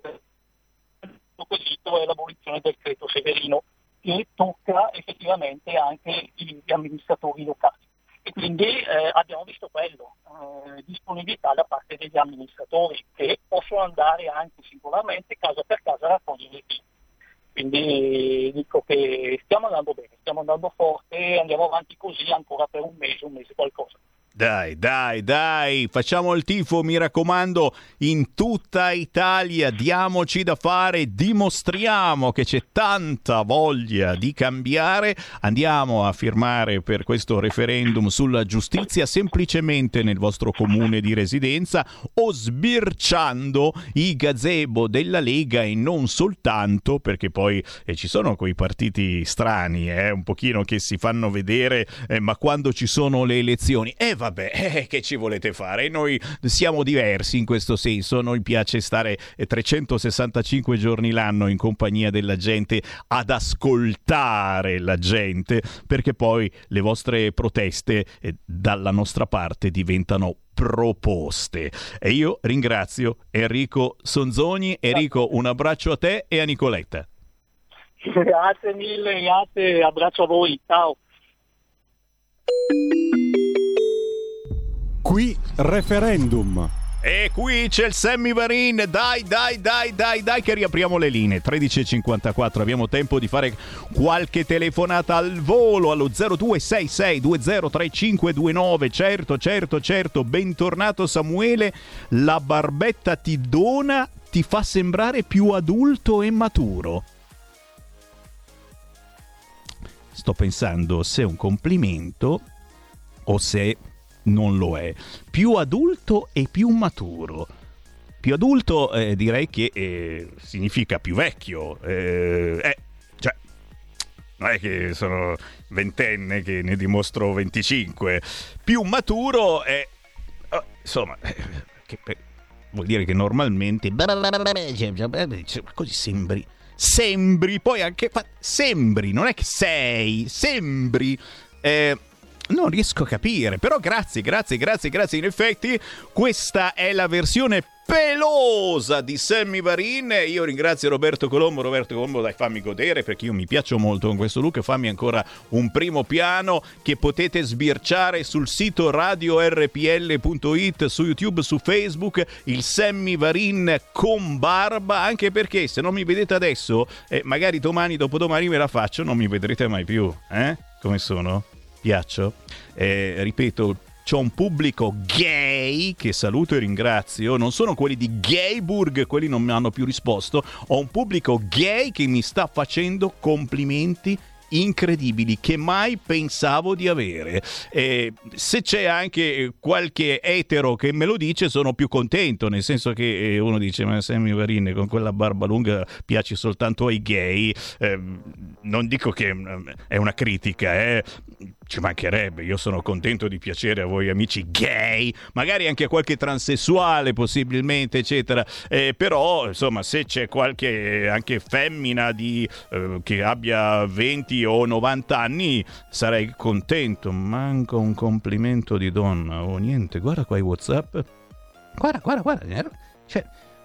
il quesito è l'abolizione del decreto Severino, che tocca effettivamente anche gli amministratori locali. E quindi eh, abbiamo visto quello, eh, disponibilità da parte degli amministratori che possono andare anche singolarmente casa per casa a raccogliere le firme. Quindi dico che stiamo andando bene, stiamo andando forte, andiamo avanti così ancora per un mese, un mese qualcosa. Dai, dai, dai, facciamo il tifo, mi raccomando, in tutta Italia, diamoci da fare, dimostriamo che c'è tanta voglia di cambiare. Andiamo a firmare per questo referendum sulla giustizia semplicemente nel vostro comune di residenza o sbirciando i gazebo della Lega, e non soltanto, perché poi eh, ci sono quei partiti strani, eh, un pochino che si fanno vedere, eh, ma quando ci sono le elezioni, eh vabbè, eh, che ci volete fare? Noi siamo diversi in questo senso, noi piace stare trecentosessantacinque giorni l'anno in compagnia della gente, ad ascoltare la gente, perché poi le vostre proteste eh, dalla nostra parte diventano proposte. E io ringrazio Enrico Sonzogni. Enrico, un abbraccio a te e a Nicoletta. Grazie mille, grazie, abbraccio a voi, ciao. Qui referendum. E qui c'è il Sammy Varin. Dai, dai, dai, dai, dai, che riapriamo le linee. tredici e cinquantaquattro. Abbiamo tempo di fare qualche telefonata al volo allo zero due sei sei due zero tre cinque due nove. Certo, certo, certo. Bentornato Samuele. La barbetta ti dona, ti fa sembrare più adulto e maturo. Sto pensando se è un complimento o se non lo è. Più adulto e più maturo. Più adulto eh, direi che eh, significa più vecchio. Eh, eh, cioè, non è che sono ventenne che ne dimostro venticinque. Più maturo è... Oh, insomma, eh, che, eh, vuol dire che normalmente... Così sembri... Sembri, poi anche... Fa, sembri, non è che sei, sembri... Eh, non riesco a capire, però grazie, grazie, grazie, grazie. In effetti questa è la versione pelosa di Sammy Varin. Io ringrazio Roberto Colombo. Roberto Colombo, dai, fammi godere, perché io mi piaccio molto con questo look. Fammi ancora un primo piano che potete sbirciare sul sito radio R P L punto it, su YouTube, su Facebook, il Sammy Varin con barba, anche perché se non mi vedete adesso, eh, magari domani, dopodomani me la faccio, non mi vedrete mai più. Eh? Come sono? Piaccio? Eh, ripeto, c'ho un pubblico gay che saluto e ringrazio. Non sono quelli di Gayburg, quelli non mi hanno più risposto. Ho un pubblico gay che mi sta facendo complimenti incredibili che mai pensavo di avere. Eh, se c'è anche qualche etero che me lo dice, sono più contento, nel senso che uno dice: ma Sammy Varin con quella barba lunga piace soltanto ai gay. Eh, non dico che è una critica, eh. Ci mancherebbe, io sono contento di piacere a voi amici gay, magari anche a qualche transessuale possibilmente, eccetera, eh, però insomma, se c'è qualche anche femmina di, eh, che abbia venti o novanta anni, sarei contento. Manco un complimento di donna o niente. Guarda qua i WhatsApp, guarda, guarda, guarda, cioè,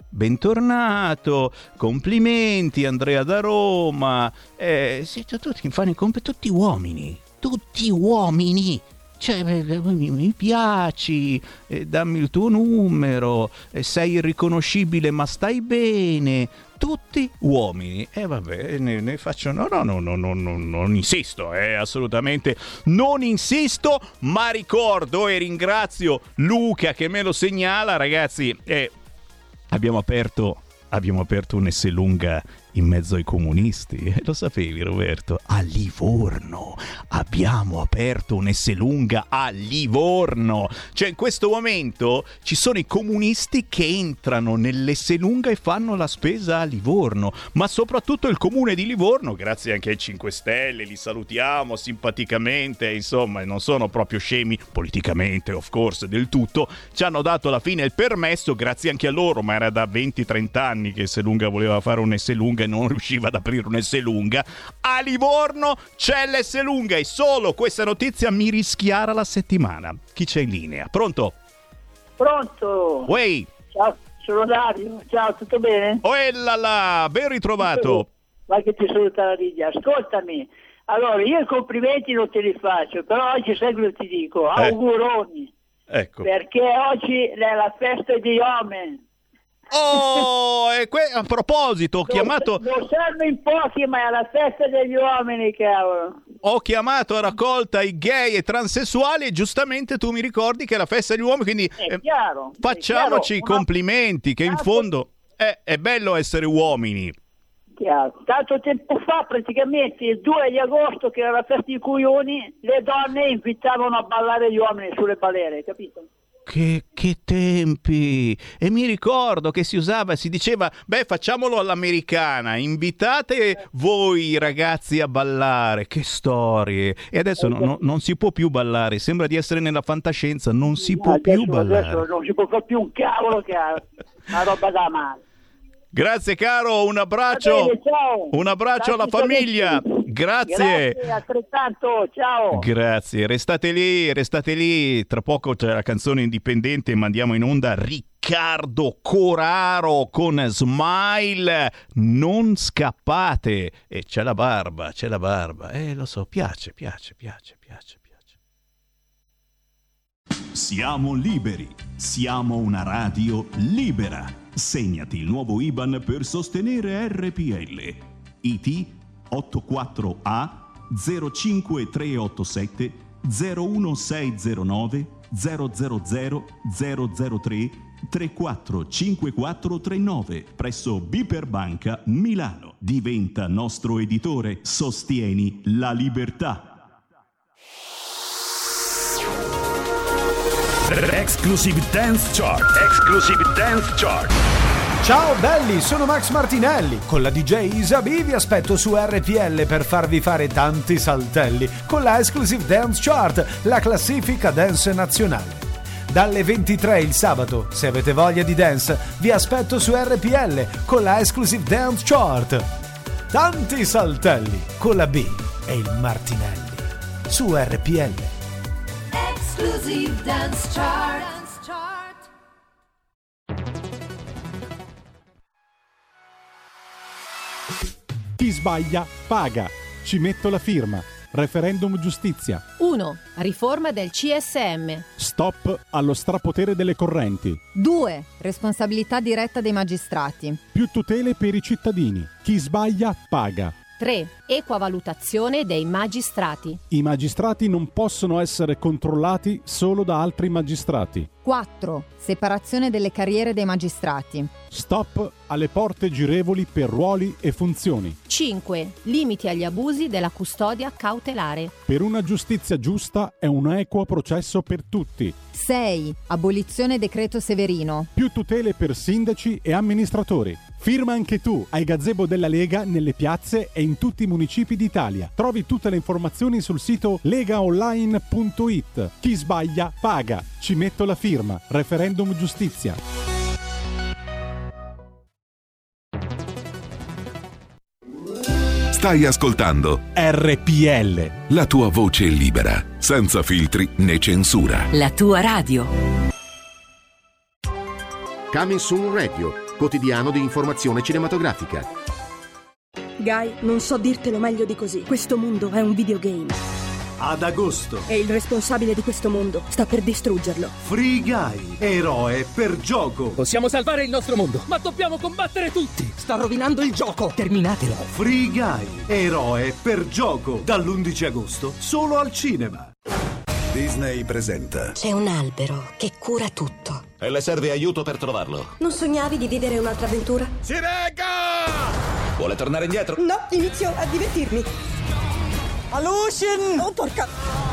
bentornato, complimenti Andrea da Roma, eh, siete tutti, fanno i complimenti, tutti uomini. Tutti uomini, cioè mi, mi piaci, eh, dammi il tuo numero, eh, sei irriconoscibile ma stai bene, tutti uomini. E eh, vabbè, ne, ne faccio no no no no no no non insisto, eh, assolutamente non insisto, ma ricordo e ringrazio Luca che me lo segnala, ragazzi, eh, abbiamo aperto abbiamo aperto un Esselunga in mezzo ai comunisti. Lo sapevi, Roberto? A Livorno abbiamo aperto un Esselunga a Livorno. Cioè, in questo momento ci sono i comunisti che entrano nell'Esselunga e fanno la spesa a Livorno, ma soprattutto il comune di Livorno, grazie anche ai cinque Stelle, li salutiamo simpaticamente, insomma, non sono proprio scemi politicamente, of course, del tutto, ci hanno dato alla fine il permesso, grazie anche a loro, ma era da venti trenta anni che Esselunga voleva fare un Esselunga e non riusciva ad aprire un Esselunga. A Livorno c'è l'Esselunga e solo questa notizia mi rischiara la settimana. Chi c'è in linea? Pronto? Pronto? Uè. Ciao, sono Dario. Ciao, tutto bene? Oh là là, ben ritrovato. Vai che ti saluta la Lidia. Ascoltami, allora io i complimenti non te li faccio, però oggi sai cosa ti dico? Auguroni. Eh. Ecco. Perché oggi è la festa di uomini. Oh, e que- a proposito, ho lo, chiamato. Lo sanno in pochi, ma è la festa degli uomini, cavolo. Ho chiamato a raccolta i gay e transessuali e giustamente tu mi ricordi che è la festa degli uomini, quindi è chiaro, eh, facciamoci è i chiaro. complimenti, che in fondo è, è bello essere uomini. Chiaro. Tanto tempo fa, praticamente il due di agosto, che era la festa di coglioni, le donne invitavano a ballare gli uomini sulle balere, capito? Che, che tempi! E mi ricordo che si usava, si diceva, beh, facciamolo all'americana, invitate voi ragazzi a ballare, che storie! E adesso no, no, non si può più ballare, sembra di essere nella fantascienza, non si no, può adesso, più ballare. Adesso non si può fare più un cavolo, che è una roba da male. Grazie caro, un abbraccio, bene, ciao. un abbraccio alla famiglia, grazie. Grazie, altrettanto, ciao. Grazie, restate lì, restate lì, tra poco c'è la canzone indipendente, mandiamo in onda Riccardo Coraro con Smile, non scappate, e c'è la barba, c'è la barba, eh lo so, piace, piace, piace, piace, piace. Siamo liberi, siamo una radio libera. Segnati il nuovo I B A N per sostenere R P L. I T otto quattro A zero cinque tre otto sette zero uno sei zero nove zero zero zero zero zero tre tre quattro cinque quattro tre nove presso Biper Banca Milano. Diventa nostro editore. Sostieni la libertà. Exclusive Dance Chart. Exclusive Dance Chart. Ciao belli, sono Max Martinelli. Con la D J Isabi vi aspetto su R P L per farvi fare tanti saltelli con la Exclusive Dance Chart, la classifica dance nazionale. Dalle ventitré il sabato, se avete voglia di dance, vi aspetto su R P L con la Exclusive Dance Chart. Tanti saltelli con la B e il Martinelli su R P L. Exclusive Dance Chart. Chi sbaglia paga. Ci metto la firma. Referendum giustizia. uno. Riforma del C S M. Stop allo strapotere delle correnti. due. Responsabilità diretta dei magistrati. Più tutele per i cittadini. Chi sbaglia paga. tre. Equa valutazione dei magistrati. I magistrati non possono essere controllati solo da altri magistrati. quattro. Separazione delle carriere dei magistrati. Stop alle porte girevoli per ruoli e funzioni. cinque. Limiti agli abusi della custodia cautelare. Per una giustizia giusta è un equo processo per tutti. sei. Abolizione decreto Severino. Più tutele per sindaci e amministratori. Firma anche tu ai gazebo della Lega nelle piazze e in tutti i municipi d'Italia. Trovi tutte le informazioni sul sito legaonline punto it. Chi sbaglia paga. Ci metto la firma. Referendum giustizia. Stai ascoltando R P L, la tua voce libera, senza filtri né censura. La tua radio. Coming Soon Radio, quotidiano di informazione cinematografica. Guy, non so dirtelo meglio di così. Questo mondo è un videogame. Ad agosto. E il responsabile di questo mondo sta per distruggerlo. Free Guy, eroe per gioco. Possiamo salvare il nostro mondo, ma dobbiamo combattere tutti. Sta rovinando il gioco. Terminatelo. Free Guy, eroe per gioco. Dall'undici agosto, solo al cinema. Disney presenta. C'è un albero che cura tutto. E le serve aiuto per trovarlo. Non sognavi di vivere un'altra avventura? Si regga! Vuole tornare indietro? No, inizio a divertirmi. Alucin! Oh, porca!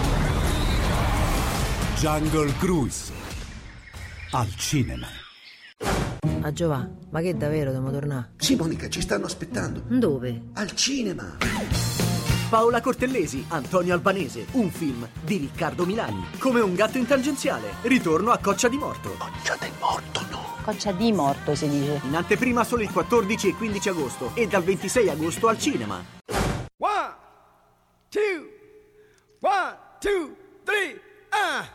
Jungle Cruise. Al cinema. Ah Giova, ma che davvero dobbiamo tornare? Sì, Monica, ci stanno aspettando. Dove? Al cinema. Paola Cortellesi, Antonio Albanese, un film di Riccardo Milani. Come un gatto in tangenziale, ritorno a Coccia di Morto. Coccia del Morto, no. Coccia di Morto si dice. In anteprima solo il quattordici e quindici agosto e dal ventisei agosto al cinema. One, two, one, two, three, ah!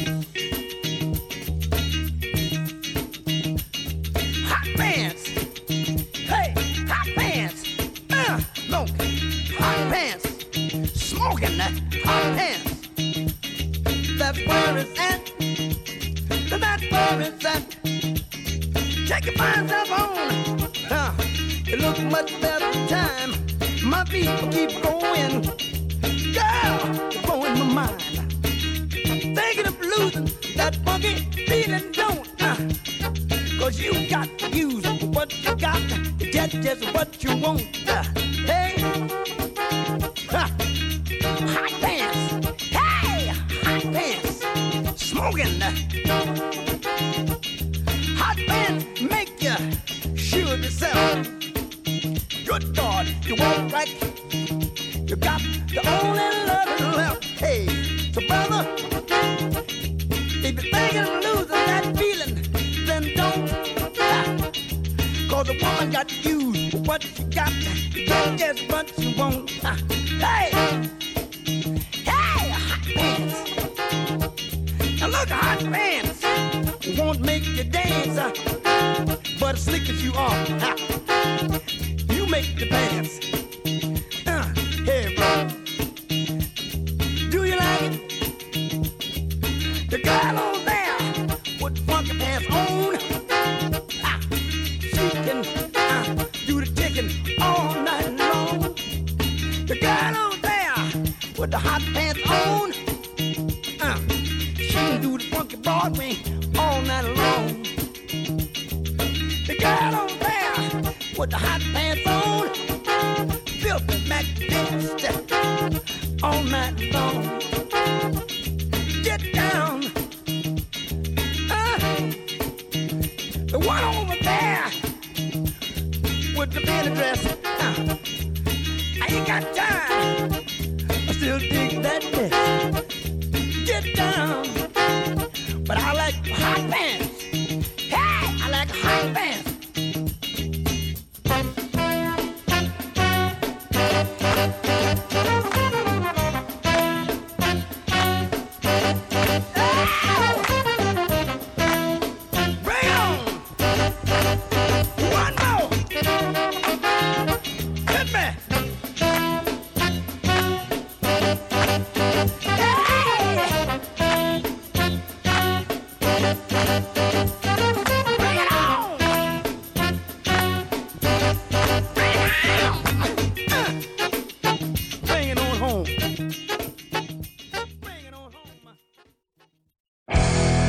Hot pants! Hey, hot pants! Uh, look, hot pants! Smoking that hot pants! That's where it's at! That's where it's at! Check your myself on! Uh, it looks much better time! My feet will keep going! Girl, you're blowing my mind! Thinking of losing that funky feeling, don't uh, Cause you got to use what you got to get just what you want. Uh, hey, uh, hot pants, hey, hot pants, smoking. Hot pants make you sure of yourself. Good God, you walk right. You got the only love left. Hey, so brother, if you're thinking of losing that feeling, then don't. Cause a woman got to use what she got to get just what she wants. Hey, hey, hot pants. Now look, hot pants won't make you dance, but as slick as you are, you make the pants. Uh, hey, bro, do you like it? The girl on there with funky pants on, ah, she can uh, do the ticking all night long. The girl on there with the hot pants on, uh, she can do the funky Broadway all night long. The girl on there with the hot pants on, filthy Mac all night long. Get down. Uh, the one over there with the mini dress. Uh, I ain't got time. I still dig that dress. Get down. But I like hot pants. Hey, I like hot pants. Hit me!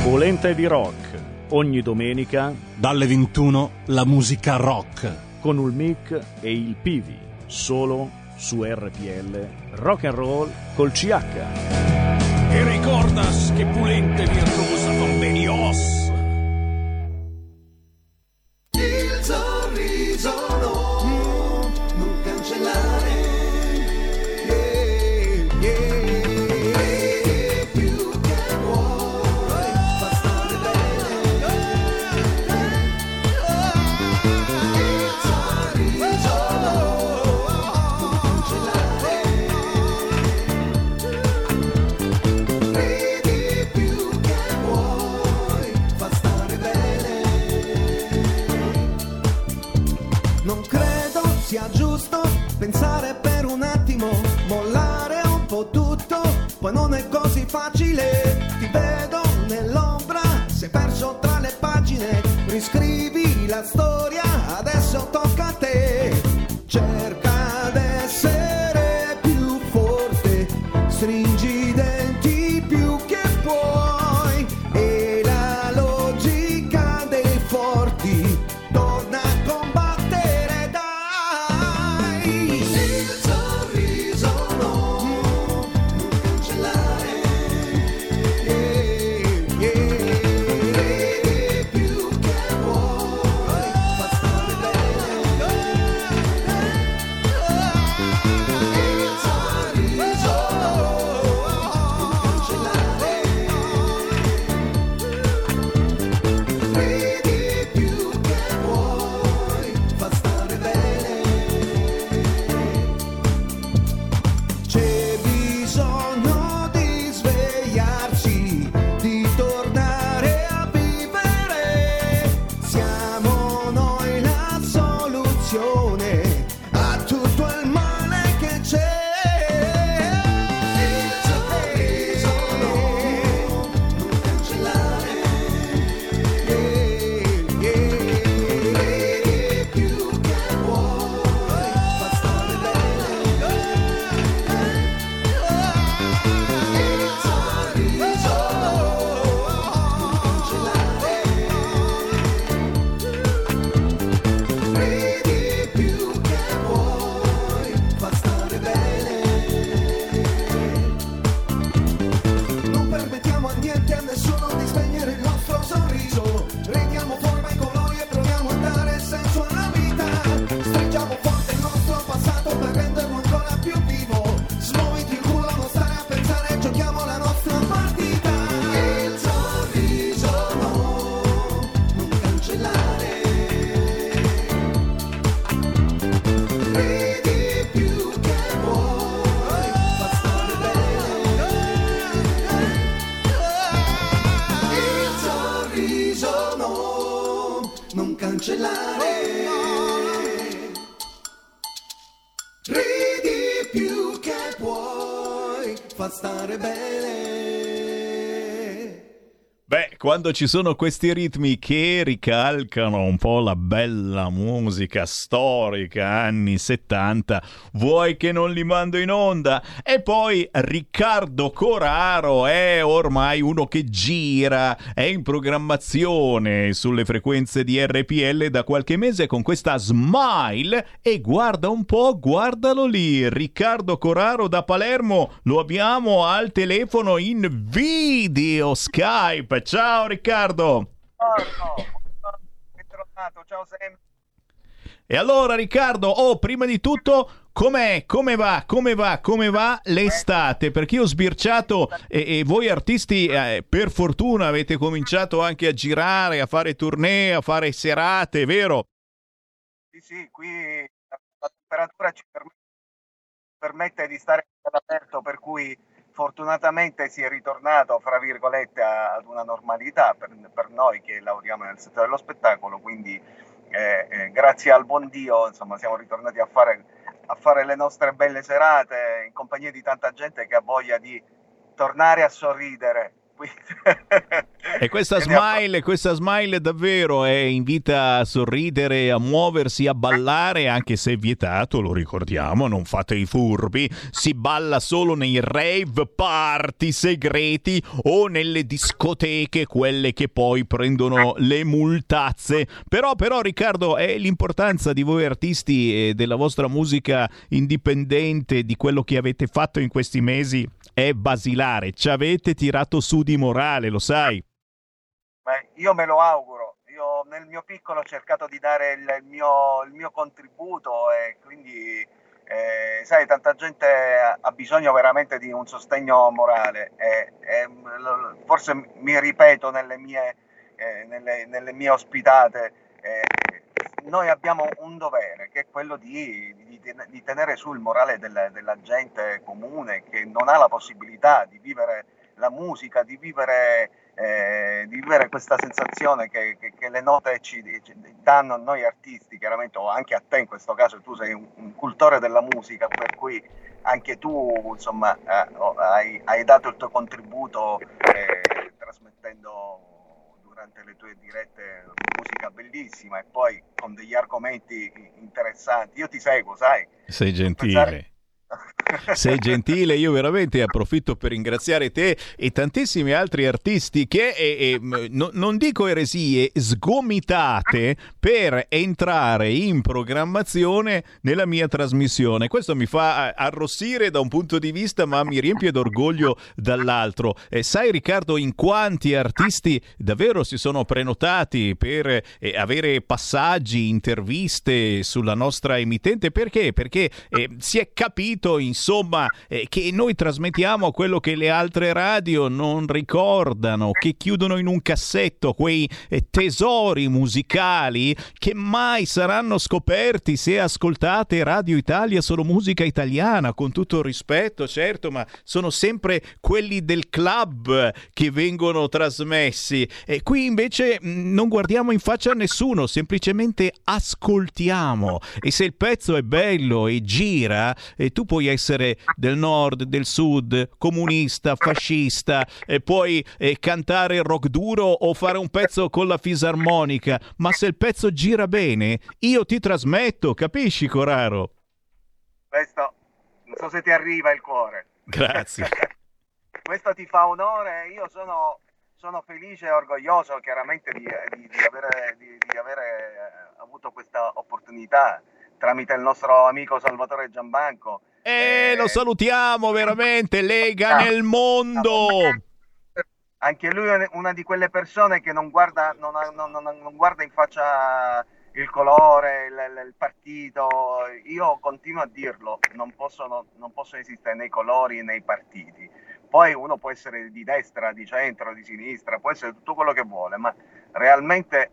Polenta di rock, ogni domenica dalle ventuno la musica rock con il mic e il Pivi, solo su R P L Rock and Roll col C H. E ricordas che Pulente virtuosa con Benios. Il sorriso no, non cancellare. Yeah, yeah. Sia giusto pensare per un attimo, mollare un po' tutto, poi non è così facile. Ti vedo nell'ombra, sei perso tra le pagine, riscrivi la storia, adesso tocca a te. Cerca d'essere più forte, stringi i denti più che puoi, e la logica dei forti torna a combattere. Ridi più che puoi, fa stare bene. Beh, quando ci sono questi ritmi che ricalcano un po' la bella musica storica anni settanta, vuoi che non li mando in onda? E poi Riccardo Coraro è ormai uno che gira, è in programmazione sulle frequenze di R P L da qualche mese con questa Smile, e guarda un po', guardalo lì, Riccardo Coraro da Palermo, lo abbiamo al telefono in video Skype. Ciao Riccardo. Bentornato, ciao sempre. E allora Riccardo, oh, prima di tutto, com'è? Come va? Come va? Come va l'estate? Perché io ho sbirciato e, e voi artisti eh, per fortuna avete cominciato anche a girare, a fare tournée, a fare serate, vero? Sì, sì, qui la, la temperatura ci permette, permette di stare all'aperto, per cui fortunatamente si è ritornato, fra virgolette, ad una normalità per, per noi che lavoriamo nel settore dello spettacolo, quindi eh, eh, grazie al buon Dio, insomma, siamo ritornati a fare, a fare le nostre belle serate in compagnia di tanta gente che ha voglia di tornare a sorridere. E questa smile, questa smile davvero eh, invita a sorridere, a muoversi, a ballare, anche se è vietato, lo ricordiamo, non fate i furbi, si balla solo nei rave party segreti o nelle discoteche, quelle che poi prendono le multazze. Però, però Riccardo, è l'importanza di voi artisti e della vostra musica indipendente, di quello che avete fatto in questi mesi, è basilare. Ci avete tirato su di morale, lo sai? Beh, io me lo auguro. Io nel mio piccolo ho cercato di dare il, il, mio, il mio contributo e quindi, eh, sai, tanta gente ha bisogno veramente di un sostegno morale. E, e, forse mi ripeto nelle mie, eh, nelle, nelle mie ospitate. Eh, noi abbiamo un dovere che è quello di, di, di tenere su il morale della, della gente comune che non ha la possibilità di vivere la musica, di vivere, eh, di vivere questa sensazione che, che, che le note ci, ci danno a noi artisti, chiaramente, o anche a te in questo caso. Tu sei un, un cultore della musica, per cui anche tu insomma eh, hai, hai dato il tuo contributo eh, trasmettendo durante le tue dirette musica bellissima e poi con degli argomenti interessanti. Io ti seguo, sai? Sei gentile. Sei gentile, io veramente approfitto per ringraziare te e tantissimi altri artisti che eh, eh, no, non dico eresie, sgomitate per entrare in programmazione nella mia trasmissione. Questo mi fa arrossire da un punto di vista, ma mi riempie d'orgoglio dall'altro. Eh, sai Riccardo, in quanti artisti davvero si sono prenotati per eh, avere passaggi, interviste sulla nostra emittente? Perché? Perché eh, si è capito insomma eh, che noi trasmettiamo quello che le altre radio non ricordano, che chiudono in un cassetto quei eh, tesori musicali che mai saranno scoperti se ascoltate Radio Italia, solo musica italiana, con tutto il rispetto certo, ma sono sempre quelli del club che vengono trasmessi. E qui invece mh, non guardiamo in faccia a nessuno, semplicemente ascoltiamo, e se il pezzo è bello e gira, e tu puoi essere del nord, del sud, comunista, fascista, e puoi eh, cantare rock duro o fare un pezzo con la fisarmonica, ma se il pezzo gira bene, io ti trasmetto, capisci Corraro? Questo, non so se ti arriva il cuore. Grazie. Questo ti fa onore, io sono, sono felice e orgoglioso chiaramente di, di, di avere, di, di avere avuto questa opportunità tramite il nostro amico Salvatore Giambanco. E eh, lo salutiamo veramente, Lega nel mondo. Anche lui è una di quelle persone che non guarda, non, non, non, non guarda in faccia il colore, il, il partito. Io continuo a dirlo, non possono, non possono esistere nei colori nei partiti. Poi uno può essere di destra, di centro, di sinistra, può essere tutto quello che vuole, ma realmente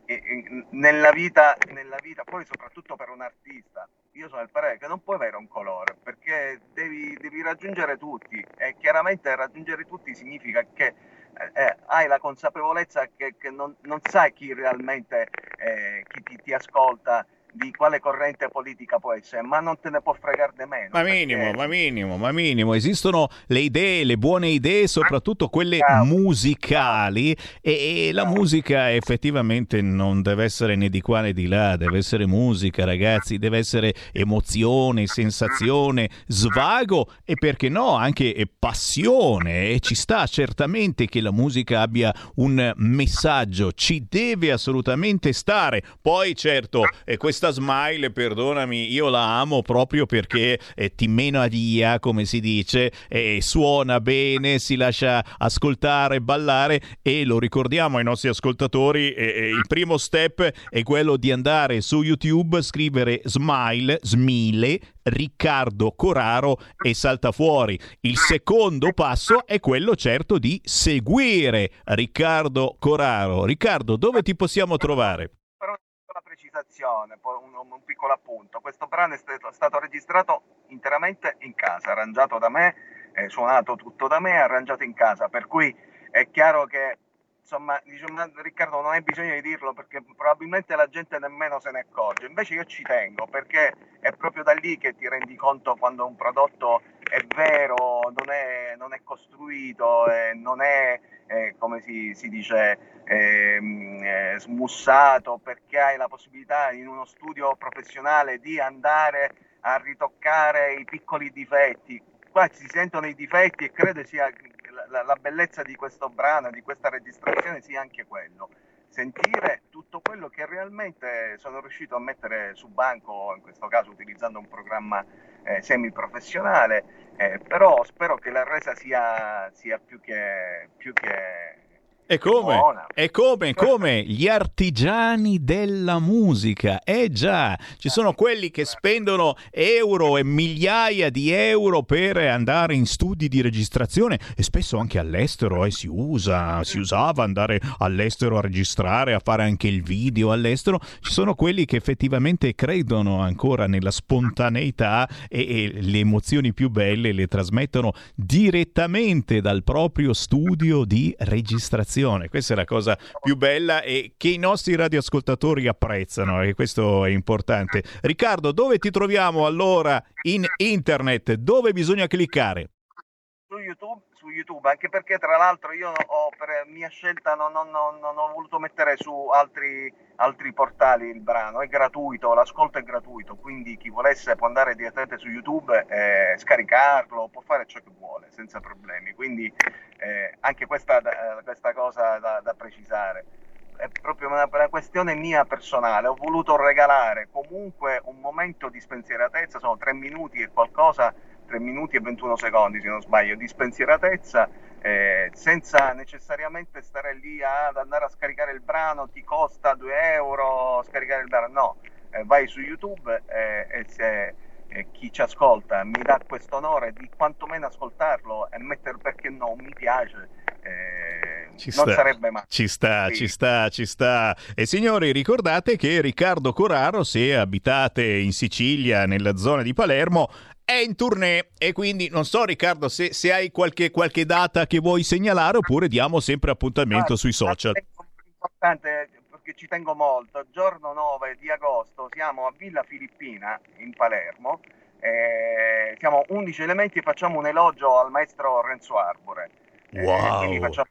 nella vita, nella vita, poi soprattutto per un artista, io sono del parere che non puoi avere un colore, perché devi, devi raggiungere tutti, e chiaramente raggiungere tutti significa che eh, hai la consapevolezza che, che non, non sai chi realmente eh, chi ti, ti ascolta, di quale corrente politica può essere, ma non te ne può fregare nemmeno. Ma minimo, perché... ma minimo, ma minimo. Esistono le idee, le buone idee, soprattutto quelle musicali, e, e la musica effettivamente non deve essere né di qua né di là, deve essere musica, ragazzi, deve essere emozione, sensazione, svago e perché no, anche passione. E ci sta certamente che la musica abbia un messaggio, ci deve assolutamente stare. Poi certo, eh, questa smile, perdonami, io la amo proprio perché eh, ti mena via, come si dice, e eh, suona bene, si lascia ascoltare, ballare, e lo ricordiamo ai nostri ascoltatori, eh, eh, il primo step è quello di andare su YouTube, scrivere smile, smile, Riccardo Corraro e salta fuori. Il secondo passo è quello certo di seguire Riccardo Corraro. Riccardo, dove ti possiamo trovare? Precisazione, poi un, un piccolo appunto: questo brano è stato, stato registrato interamente in casa, arrangiato da me, eh, suonato tutto da me, arrangiato in casa, per cui è chiaro che insomma, diciamo, Riccardo, non hai bisogno di dirlo perché probabilmente la gente nemmeno se ne accorge, invece io ci tengo, perché è proprio da lì che ti rendi conto quando un prodotto è vero, non è, non è costruito, eh, non è eh, come si, si dice, ehm, eh, smussato, perché hai la possibilità in uno studio professionale di andare a ritoccare i piccoli difetti. Qua si sentono i difetti e credo sia la, la bellezza di questo brano, di questa registrazione sia anche quello. Sentire tutto quello che realmente sono riuscito a mettere su banco, in questo caso utilizzando un programma eh, semiprofessionale, eh, però spero che la resa sia, sia più che, più che E come? buona. E come? Come? Gli artigiani della musica. Eh già, ci sono quelli che spendono euro e migliaia di euro per andare in studi di registrazione e spesso anche all'estero, e eh, si usa, si usava andare all'estero a registrare, a fare anche il video all'estero. Ci sono quelli che effettivamente credono ancora nella spontaneità e, e le emozioni più belle le trasmettono direttamente dal proprio studio di registrazione. Questa è la cosa più bella e che i nostri radioascoltatori apprezzano, e questo è importante. Riccardo, dove ti troviamo allora in internet? Dove bisogna cliccare? Su YouTube, su YouTube, anche perché tra l'altro io ho, per mia scelta non, non, non, non ho voluto mettere su altri, altri portali il brano, è gratuito, l'ascolto è gratuito, quindi chi volesse può andare direttamente su YouTube e scaricarlo, può fare ciò che vuole senza problemi, quindi eh, anche questa, questa cosa da, da precisare. È proprio una, una questione mia personale, ho voluto regalare comunque un momento di spensieratezza, sono tre minuti e qualcosa, tre minuti e ventuno secondi se non sbaglio, di spensieratezza, eh, senza necessariamente stare lì ad andare a scaricare il brano, ti costa due euro scaricare il brano, no, eh, vai su YouTube eh, e se eh, chi ci ascolta mi dà questo onore di quantomeno ascoltarlo e mettere, perché no, mi piace, eh, Ci non sta, sarebbe male. ci sta, Sì. ci sta, ci sta. E signori, ricordate che Riccardo Coraro, se abitate in Sicilia, nella zona di Palermo, è in tournée, e quindi non so Riccardo se, se hai qualche, qualche data che vuoi segnalare, oppure diamo sempre appuntamento Ah, sui social. È importante perché ci tengo molto, giorno nove di agosto siamo a Villa Filippina in Palermo, eh, siamo undici elementi e facciamo un elogio al maestro Renzo Arbore. Eh, Wow. quindi facciamo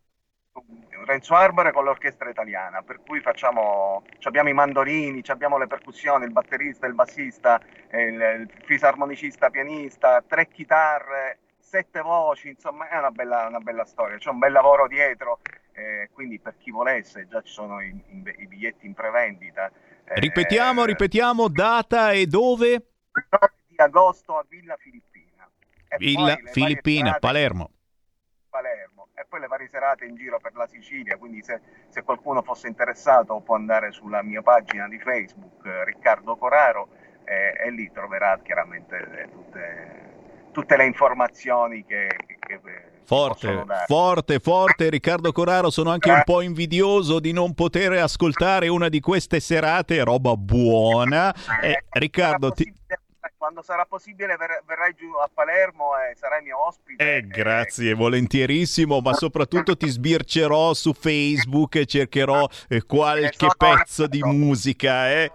Renzo Arbore con l'orchestra italiana, per cui facciamo, abbiamo i mandolini, abbiamo le percussioni, il batterista, il bassista, eh, il, il fisarmonicista, pianista, tre chitarre, sette voci, insomma è una bella, una bella storia, c'è un bel lavoro dietro, eh, quindi per chi volesse già ci sono i, i, i biglietti in prevendita. Eh, Ripetiamo, ripetiamo, data e dove? nove di agosto a Villa Filippina. E poi Villa le varie Filippina, serate- Palermo. Palermo, e poi le varie serate in giro per la Sicilia, quindi se, se qualcuno fosse interessato può andare sulla mia pagina di Facebook, eh, Riccardo Coraro, eh, e lì troverà chiaramente eh, tutte, tutte le informazioni che, che, che Forte, possono dare. forte, forte. Riccardo Coraro, sono anche un po' invidioso di non poter ascoltare una di queste serate, roba buona. Eh, Riccardo, ti... Quando sarà possibile ver- verrai giù a Palermo e sarai mio ospite. Eh, grazie, volentierissimo, ma soprattutto ti sbircerò su Facebook e cercherò eh, qualche pezzo di musica. Eh.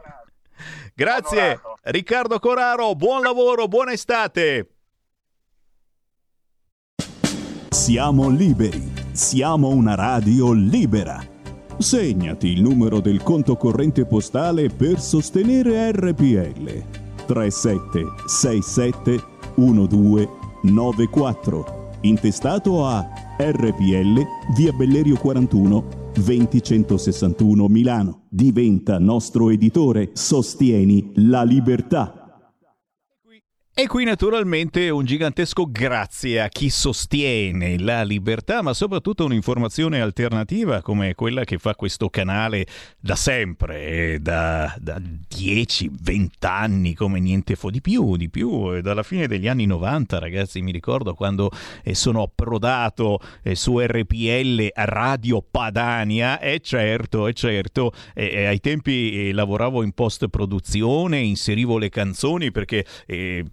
Grazie, Riccardo Coraro, buon lavoro, buona estate. Siamo liberi, siamo una radio libera. Segnati il numero del conto corrente postale per sostenere R P L. tre sette sei sette uno due nove quattro, intestato a R P L, via Bellerio quarantuno, venti centosessantuno Milano. Diventa nostro editore, sostieni la libertà. E qui naturalmente un gigantesco grazie a chi sostiene la libertà, ma soprattutto un'informazione alternativa come quella che fa questo canale da sempre, da, da dieci venti anni, come niente fo, di più, di più, dalla fine degli anni novanta, ragazzi, mi ricordo quando eh, sono approdato eh, su R P L Radio Padania, e certo, e certo, eh, ai tempi eh, lavoravo in post-produzione, inserivo le canzoni perché... Eh,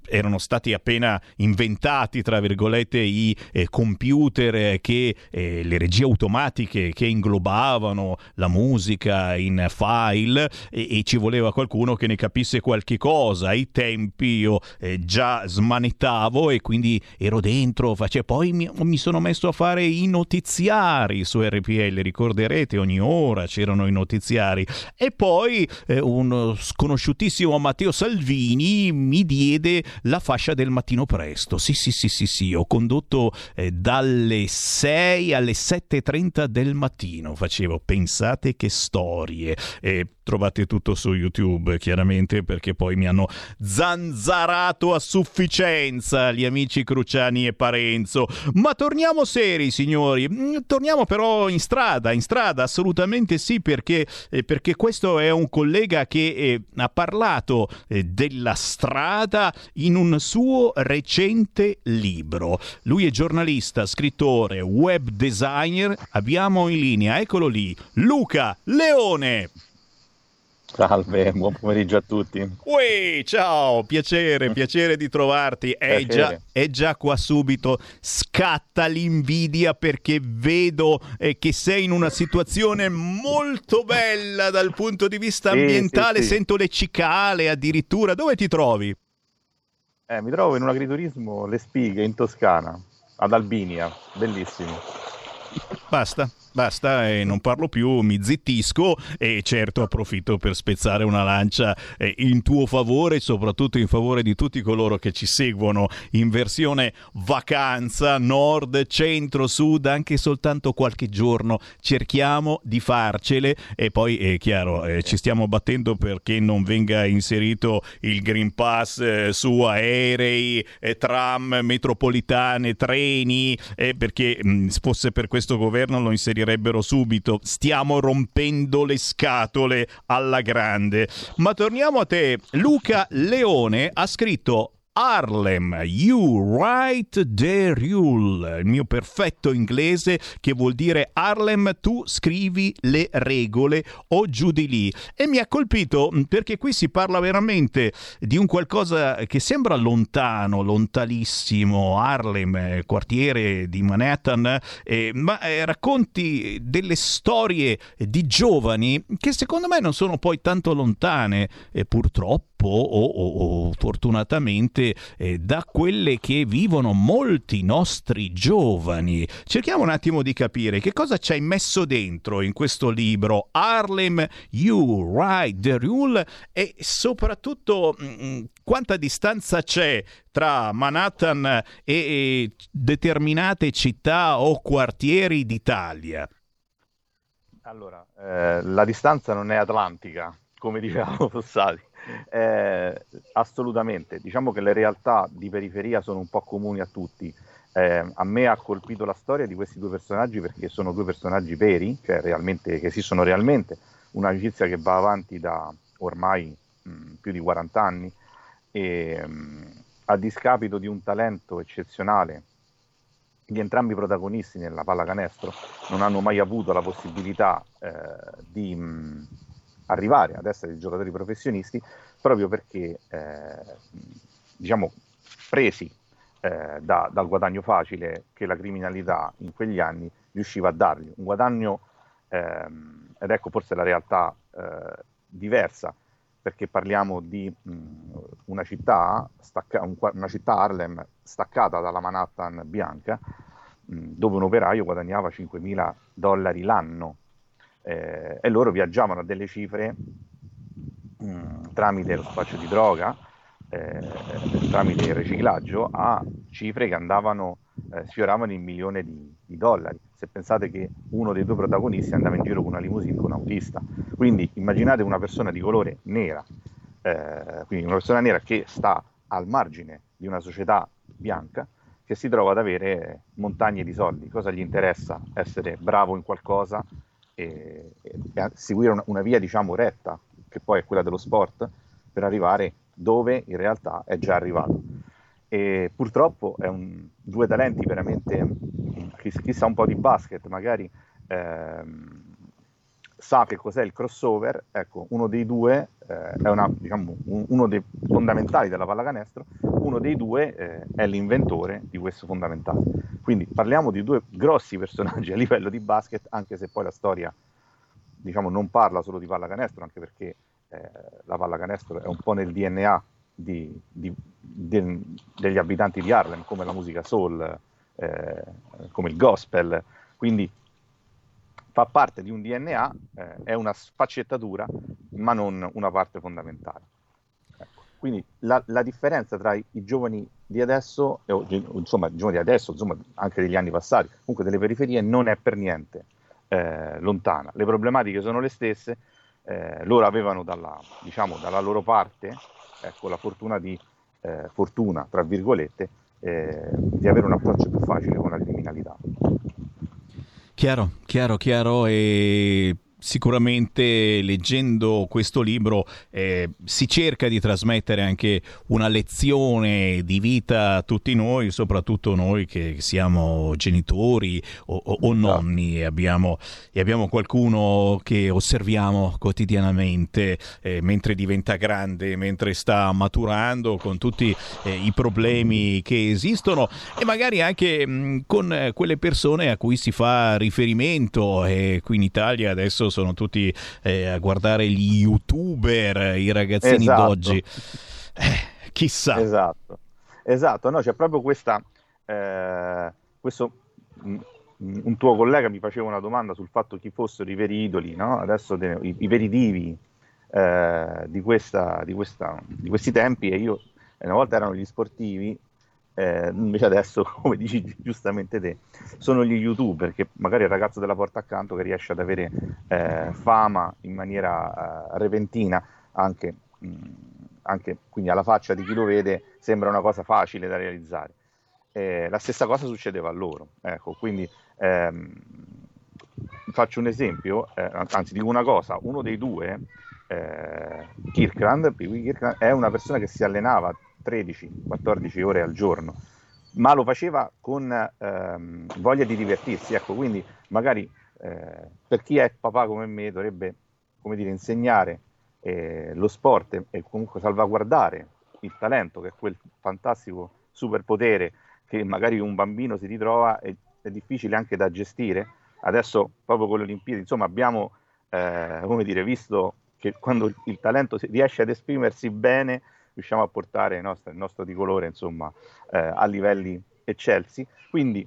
erano stati appena inventati, tra virgolette, i eh, computer eh, che eh, le regie automatiche che inglobavano la musica in file e, e ci voleva qualcuno che ne capisse qualche cosa. Ai tempi io eh, già smanettavo e quindi ero dentro, face... poi mi, mi sono messo a fare i notiziari su R P L, ricorderete, ogni ora c'erano i notiziari, e poi eh, un sconosciutissimo Matteo Salvini mi diede la fascia del mattino presto. Sì, sì, sì, sì, sì, ho condotto eh, dalle sei alle sette e trenta del mattino, facevo, pensate che storie. E trovate tutto su YouTube, chiaramente, perché poi mi hanno zanzarato a sufficienza gli amici Cruciani e Parenzo. Ma torniamo seri, signori, torniamo però in strada, in strada, assolutamente sì, perché, eh, perché questo è un collega che eh, ha parlato eh, della strada in un suo recente libro. Lui è giornalista, scrittore, web designer. Abbiamo in linea, eccolo lì, Luca Leone. Salve, buon pomeriggio a tutti. Uè, ciao, piacere, piacere di trovarti. È già, è già qua subito, scatta l'invidia perché vedo eh, che sei in una situazione molto bella dal punto di vista ambientale, sì, sì, sì. Sento le cicale addirittura. Dove ti trovi? Eh, mi trovo in un agriturismo, Le Spighe, in Toscana, ad Albinia, bellissimo. Basta, basta, e non parlo più, mi zittisco e certo approfitto per spezzare una lancia eh, in tuo favore e soprattutto in favore di tutti coloro che ci seguono in versione vacanza, nord, centro, sud, anche soltanto qualche giorno. Cerchiamo di farcele e poi è chiaro, eh, ci stiamo battendo perché non venga inserito il Green Pass eh, su aerei, eh, tram, metropolitane, treni, eh, perché mh, fosse per questo governo lo inserirebbero subito. Stiamo rompendo le scatole alla grande. Ma torniamo a te. Luca Leone ha scritto Harlem, You Write the Rule, il mio perfetto inglese che vuol dire Harlem, tu scrivi le regole o giù di lì. E mi ha colpito perché qui si parla veramente di un qualcosa che sembra lontano, lontanissimo, Harlem, quartiere di Manhattan, eh, ma eh, racconti delle storie di giovani che secondo me non sono poi tanto lontane, e purtroppo O, o, o fortunatamente eh, da quelle che vivono molti nostri giovani. Cerchiamo un attimo di capire che cosa ci hai messo dentro in questo libro Harlem, You Write the Rule, e soprattutto mh, quanta distanza c'è tra Manhattan e, e determinate città o quartieri d'Italia. Allora, eh, la distanza non è atlantica, come dicevamo Fossati. Eh, assolutamente, diciamo che le realtà di periferia sono un po' comuni a tutti. Eh, a me ha colpito la storia di questi due personaggi perché sono due personaggi veri, cioè realmente, che esistono realmente, un'amicizia che va avanti da ormai mh, più di quaranta anni e mh, a discapito di un talento eccezionale di entrambi i protagonisti nella pallacanestro, non hanno mai avuto la possibilità eh, di mh, arrivare ad essere giocatori professionisti, proprio perché eh, diciamo presi eh, da, dal guadagno facile che la criminalità in quegli anni riusciva a dargli, un guadagno ehm, ed ecco forse la realtà eh, diversa, perché parliamo di mh, una città stacca- un, una città Harlem staccata dalla Manhattan bianca, mh, dove un operaio guadagnava cinquemila dollari l'anno. Eh, e loro viaggiavano a delle cifre mh, tramite lo spaccio di droga, eh, tramite il riciclaggio, a cifre che andavano, eh, sfioravano il milione di, di dollari. Se pensate che uno dei due protagonisti andava in giro con una limousine con un autista, quindi immaginate una persona di colore nera, eh, quindi una persona nera che sta al margine di una società bianca, che si trova ad avere montagne di soldi. Cosa gli interessa? Essere bravo in qualcosa e, e seguire una, una via diciamo retta, che poi è quella dello sport, per arrivare dove in realtà è già arrivato. E purtroppo è un, due talenti veramente, chi, chi sa un po' di basket magari ehm, sa che cos'è il crossover, ecco, uno dei due eh, è una, diciamo, un, uno dei fondamentali della pallacanestro, uno dei due eh, è l'inventore di questo fondamentale. Quindi parliamo di due grossi personaggi a livello di basket, anche se poi la storia, diciamo, non parla solo di pallacanestro, anche perché eh, la pallacanestro è un po' nel D N A di, di, di, degli abitanti di Harlem, come la musica soul, eh, come il gospel, quindi fa parte di un D N A, eh, è una sfaccettatura, ma non una parte fondamentale. Ecco. Quindi la, la differenza tra i, i giovani di adesso, e, insomma, i giovani di adesso, insomma, anche degli anni passati, comunque delle periferie, non è per niente eh, lontana. Le problematiche sono le stesse, eh, loro avevano dalla, diciamo, dalla loro parte, ecco, la fortuna di, eh, fortuna, tra virgolette, eh, di avere un approccio più facile con la criminalità. Chiaro, chiaro, chiaro, e sicuramente leggendo questo libro eh, si cerca di trasmettere anche una lezione di vita a tutti noi, soprattutto noi che siamo genitori o, o, o nonni e abbiamo, e abbiamo qualcuno che osserviamo quotidianamente eh, mentre diventa grande, mentre sta maturando, con tutti eh, i problemi che esistono, e magari anche mh, con eh, quelle persone a cui si fa riferimento, e qui in Italia adesso sono tutti eh, a guardare gli youtuber, i ragazzini esatto. d'oggi. Eh, chissà. Esatto, esatto. No, c'è proprio questa. Eh, questo, mh, un tuo collega mi faceva una domanda sul fatto chi fossero i veri idoli, no? Adesso de, i, i veri divi eh, di, questa, di, questa, di questi tempi, e io una volta erano gli sportivi. Eh, invece adesso, come dici giustamente te, sono gli youtuber, che magari il ragazzo della porta accanto che riesce ad avere eh, fama in maniera eh, repentina, anche, mh, anche quindi alla faccia di chi lo vede sembra una cosa facile da realizzare. Eh, la stessa cosa succedeva a loro, ecco, quindi ehm, faccio un esempio, eh, anzi dico una cosa, uno dei due, eh, Kirkland, Kirkland è una persona che si allenava tredici quattordici ore al giorno, ma lo faceva con ehm, voglia di divertirsi, ecco, quindi magari eh, per chi è papà come me dovrebbe, come dire, insegnare eh, lo sport e, e comunque salvaguardare il talento, che è quel fantastico superpotere che magari un bambino si ritrova e è difficile anche da gestire. Adesso proprio con le Olimpiadi, insomma, abbiamo eh, come dire, visto che quando il, il talento si, riesce ad esprimersi bene, riusciamo a portare il nostro, il nostro tricolore, insomma, eh, a livelli eccelsi. Quindi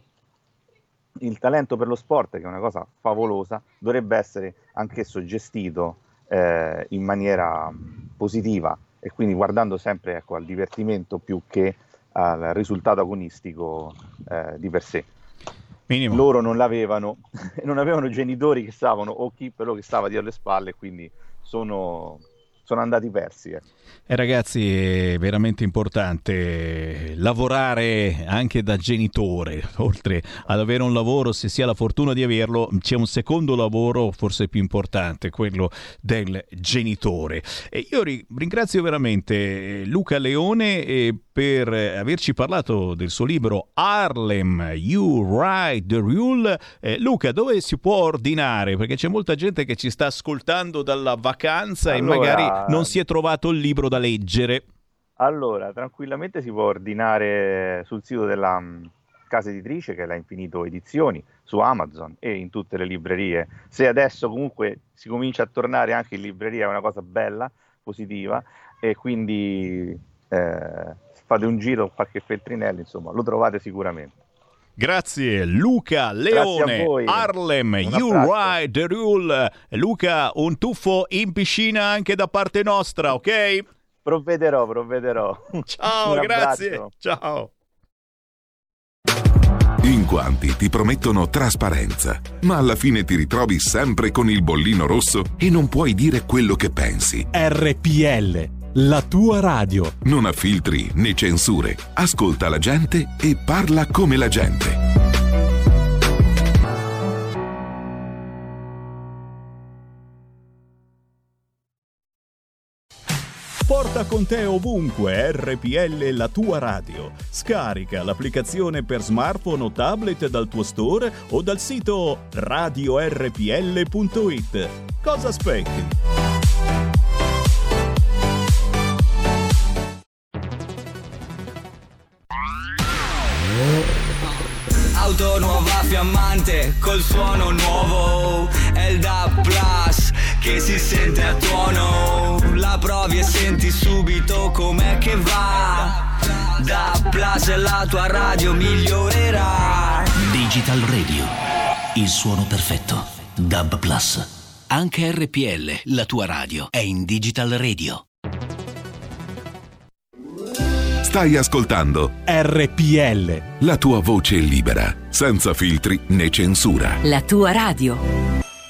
il talento per lo sport, che è una cosa favolosa, dovrebbe essere anch'esso gestito eh, in maniera positiva, e quindi guardando sempre, ecco, al divertimento più che al risultato agonistico eh, di per sé. Minimo. Loro non l'avevano, non avevano genitori che stavano, o chi però che stava dietro le spalle, quindi sono... sono andati persi. Eh. Eh, ragazzi, è veramente importante lavorare anche da genitore. Oltre ad avere un lavoro, se si ha la fortuna di averlo, c'è un secondo lavoro forse più importante, quello del genitore. E io ri- ringrazio veramente Luca Leone eh, per averci parlato del suo libro Harlem, You Write the Rule. Eh, Luca, dove si può ordinare? Perché c'è molta gente che ci sta ascoltando dalla vacanza, allora, e magari non si è trovato il libro da leggere. Allora, tranquillamente si può ordinare sul sito della um, casa editrice, che è la Infinito Edizioni, su Amazon e in tutte le librerie. Se adesso comunque si comincia a tornare anche in libreria, è una cosa bella, positiva, e quindi eh, fate un giro, qualche feltrinello, insomma, lo trovate sicuramente. Grazie Luca Leone, Harlem, You Write the Rule. Luca, un tuffo in piscina anche da parte nostra, ok? Provvederò, provvederò. Ciao, grazie. Ciao. In quanti ti promettono trasparenza, ma alla fine ti ritrovi sempre con il bollino rosso e non puoi dire quello che pensi. R P L, la tua radio. Non ha filtri né censure. Ascolta la gente e parla come la gente. Porta con te ovunque R P L, la tua radio. Scarica l'applicazione per smartphone o tablet dal tuo store o dal sito radio r p l punto it. Cosa aspetti? Auto nuova fiammante col suono nuovo, è il D A B Plus che si sente a tuono. La provi e senti subito com'è che va. D A B Plus e la tua radio migliorerà. Digital Radio, il suono perfetto. D A B Plus. Anche R P L, la tua radio, è in Digital Radio. Stai ascoltando R P L, la tua voce libera, senza filtri né censura. La tua radio.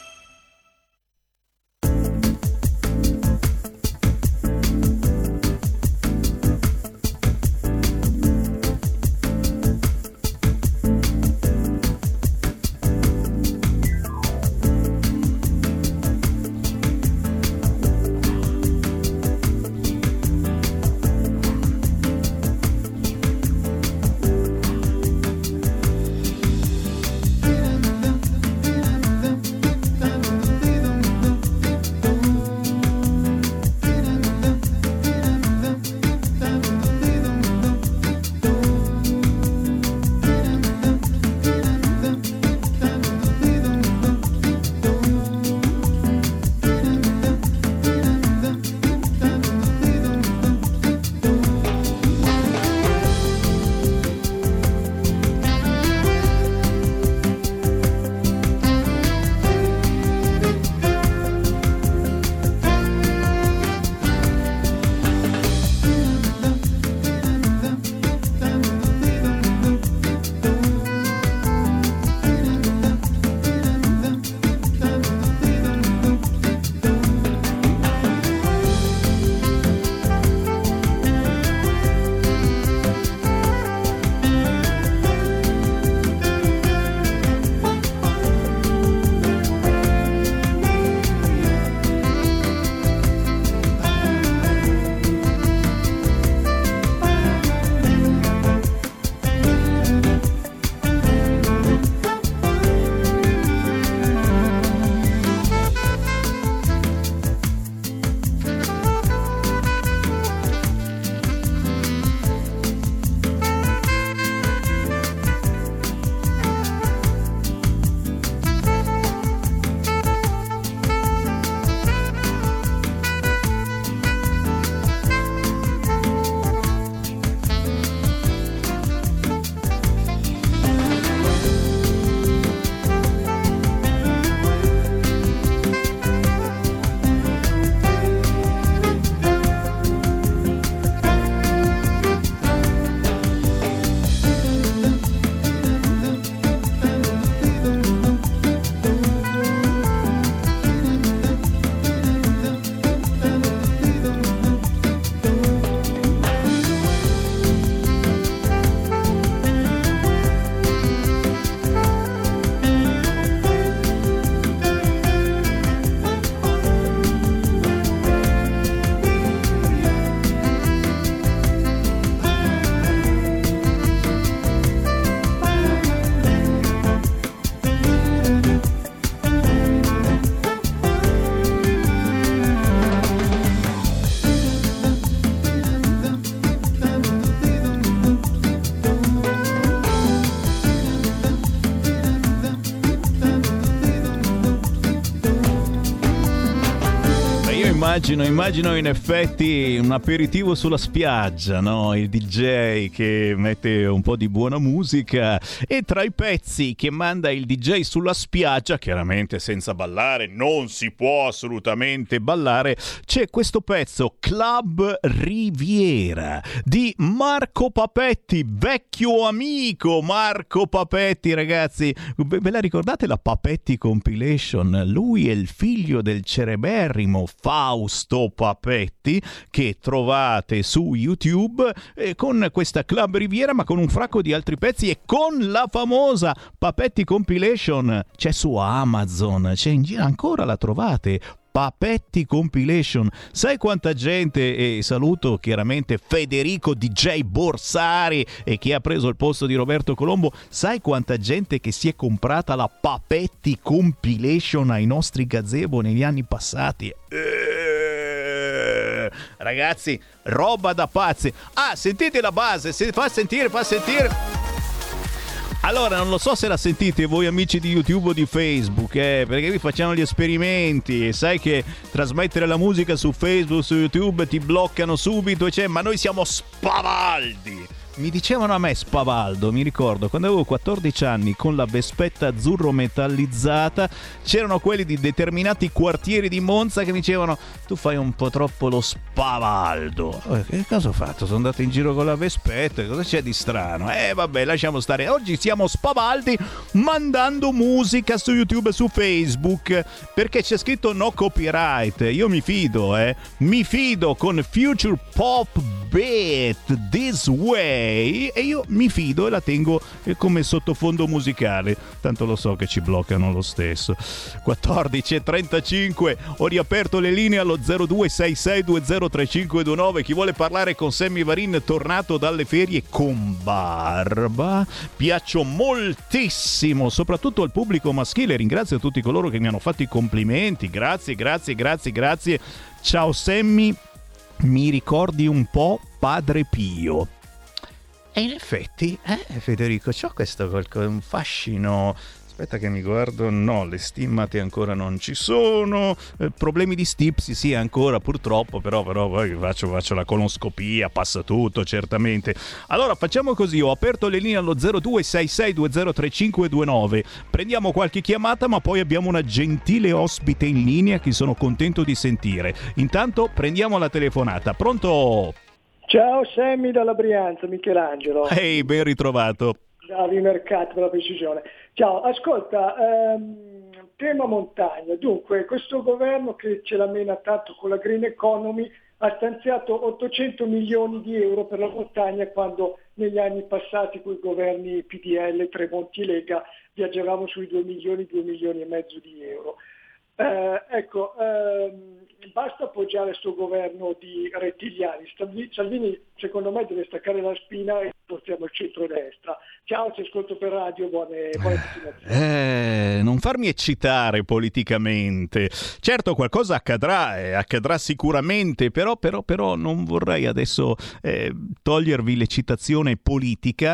Immagino, immagino in effetti un aperitivo sulla spiaggia, no? Il D J che mette un po' di buona musica e tra i pezzi che manda il D J sulla spiaggia, chiaramente senza ballare, non si può assolutamente ballare, c'è questo pezzo Club Riviera di Marco Papetti, vecchio amico Marco Papetti, ragazzi. Ve la ricordate la Papetti Compilation? Lui è il figlio del cereberrimo Fausto Papetti, che trovate su YouTube, eh, con questa Club Riviera, ma con un fracco di altri pezzi e con la famosa Papetti Compilation. C'è su Amazon, c'è in giro, ancora la trovate. Papetti Compilation. Sai quanta gente, e saluto chiaramente Federico D J Borsari e chi ha preso il posto di Roberto Colombo, sai quanta gente che si è comprata la Papetti Compilation ai nostri gazebo negli anni passati? Eh, ragazzi, roba da pazzi. Ah, sentite la base, se fa sentire, fa sentire. Allora, non lo so se la sentite voi amici di YouTube o di Facebook, eh, perché qui facciamo gli esperimenti e sai che trasmettere la musica su Facebook, su YouTube ti bloccano subito, cioè, ma noi siamo spavaldi. Mi dicevano a me Spavaldo, mi ricordo, quando avevo quattordici anni con la Vespetta azzurro metallizzata, c'erano quelli di determinati quartieri di Monza che mi dicevano tu fai un po' troppo lo Spavaldo. Oh, che cosa ho fatto? Sono andato in giro con la Vespetta, cosa c'è di strano? Eh vabbè, lasciamo stare. Oggi siamo spavaldi mandando musica su YouTube e su Facebook perché c'è scritto no copyright. Io mi fido, eh, mi fido con Future Pop Beat This Way. E io mi fido e la tengo come sottofondo musicale, tanto lo so che ci bloccano lo stesso. Quattordici e trentacinque, ho riaperto le linee allo zero due sei sei due zero tre cinque due nove. Chi vuole parlare con Sammy Varin, tornato dalle ferie con barba. Piaccio moltissimo soprattutto al pubblico maschile, ringrazio tutti coloro che mi hanno fatto i complimenti, grazie grazie grazie grazie. Ciao Sammy, mi ricordi un po' Padre Pio. E in effetti, eh, Federico, c'ho questo qualcosa, un fascino. Aspetta che mi guardo, no, le stimmate ancora non ci sono, eh, problemi di stipsi sì ancora purtroppo, però, però poi faccio, faccio la colonscopia, passa tutto certamente. Allora facciamo così, ho aperto le linee allo zero due sei sei due zero tre cinque due nove, prendiamo qualche chiamata ma poi abbiamo una gentile ospite in linea che sono contento di sentire. Intanto prendiamo la telefonata, pronto? Ciao Sammy dalla Brianza, Michelangelo. Ehi, hey, ben ritrovato. Davi Mercato per la precisione. Ciao, ascolta, ehm, tema montagna. Dunque, questo governo che ce la mena tanto con la Green Economy ha stanziato ottocento milioni di euro per la montagna quando negli anni passati con i governi P D L, Tremonti e Lega viaggiavamo sui due milioni, due milioni e mezzo di euro. Eh, ecco, ehm, basta appoggiare sto governo di rettiliani. Salvini secondo me deve staccare la spina e portiamo il centrodestra. Ciao, ti ascolto per radio, buone, buone continuazioni. Eh, non farmi eccitare politicamente. Certo qualcosa accadrà, eh, accadrà sicuramente, però, però, però non vorrei adesso eh, togliervi l'eccitazione politica,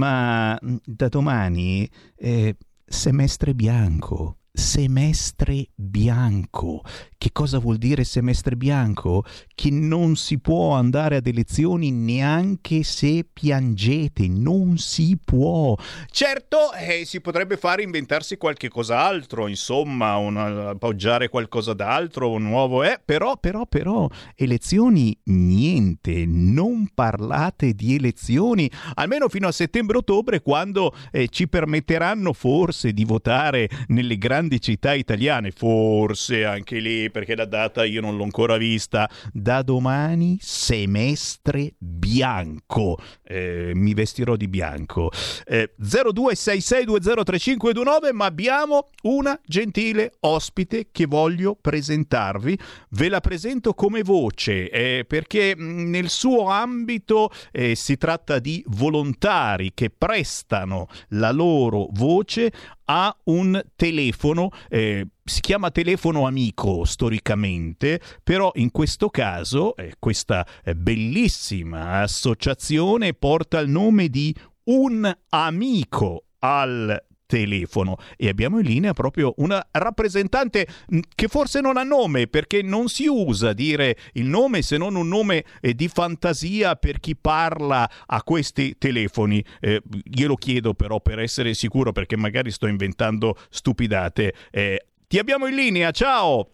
ma da domani eh, semestre bianco. Semestre bianco. Che cosa vuol dire semestre bianco? Che non si può andare ad elezioni neanche se piangete, non si può. Certo, eh, si potrebbe fare inventarsi qualche cos'altro, insomma, una, appoggiare qualcosa d'altro, un nuovo, eh, però, però, però, elezioni niente, non parlate di elezioni, almeno fino a settembre-ottobre, quando eh, ci permetteranno forse di votare nelle grandi città italiane, forse anche lì, perché la data io non l'ho ancora vista. Da domani semestre bianco, eh, mi vestirò di bianco. eh, zero due sei sei due zero tre cinque due nove, ma abbiamo una gentile ospite che voglio presentarvi. Ve la presento come voce eh, perché nel suo ambito eh, si tratta di volontari che prestano la loro voce a un telefono, eh, si chiama telefono amico storicamente, però in questo caso eh, questa eh, bellissima associazione porta il nome di Un Amico al telefono e abbiamo in linea proprio una rappresentante che forse non ha nome, perché non si usa dire il nome se non un nome eh, di fantasia per chi parla a questi telefoni. Eh, glielo chiedo però per essere sicuro, perché magari sto inventando stupidate. Eh, ti abbiamo in linea, ciao!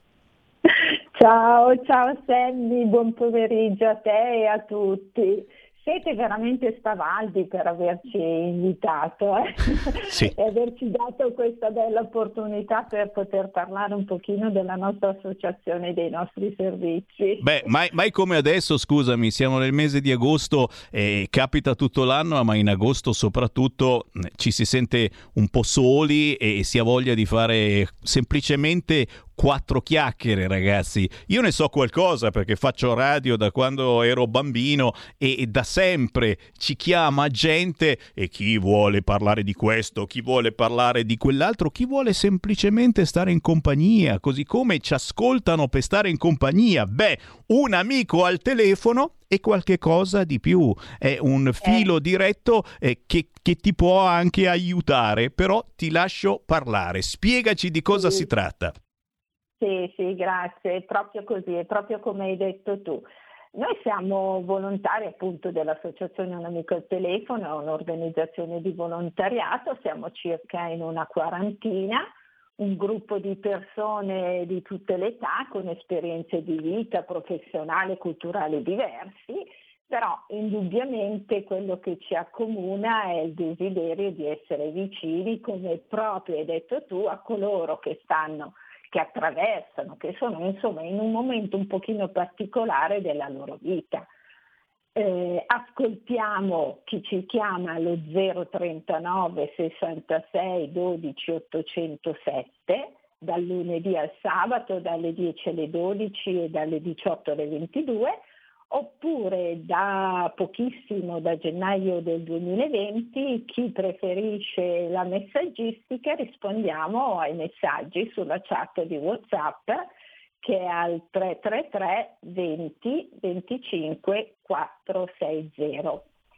Ciao, ciao Sammy, buon pomeriggio a te e a tutti. Siete veramente spavaldi per averci invitato eh? Sì. E averci dato questa bella opportunità per poter parlare un pochino della nostra associazione e dei nostri servizi. Beh, mai, mai come adesso, scusami, siamo nel mese di agosto e capita tutto l'anno, ma in agosto soprattutto ci si sente un po' soli e si ha voglia di fare semplicemente quattro chiacchiere, ragazzi. Io ne so qualcosa perché faccio radio da quando ero bambino e, e da sempre ci chiama gente e chi vuole parlare di questo, chi vuole parlare di quell'altro, chi vuole semplicemente stare in compagnia, così come ci ascoltano per stare in compagnia. Beh, un amico al telefono e qualche cosa di più, è un filo diretto eh, che, che ti può anche aiutare, però ti lascio parlare, spiegaci di cosa sì. si tratta. Sì, sì, grazie, è proprio così, è proprio come hai detto tu. Noi siamo volontari appunto dell'Associazione Un Amico al Telefono, è un'organizzazione di volontariato, siamo circa in una quarantina, un gruppo di persone di tutte le età con esperienze di vita professionale e culturali diversi, però indubbiamente quello che ci accomuna è il desiderio di essere vicini, come proprio hai detto tu, a coloro che stanno, che attraversano, che sono insomma in un momento un pochino particolare della loro vita. Eh, ascoltiamo chi ci chiama allo zero trentanove sessantasei dodici ottocentosette dal lunedì al sabato dalle dieci alle dodici e dalle diciotto alle ventidue, oppure da pochissimo, da gennaio del duemilaventi, chi preferisce la messaggistica rispondiamo ai messaggi sulla chat di WhatsApp che è al tre tre tre venti venticinque quattrocentosessanta.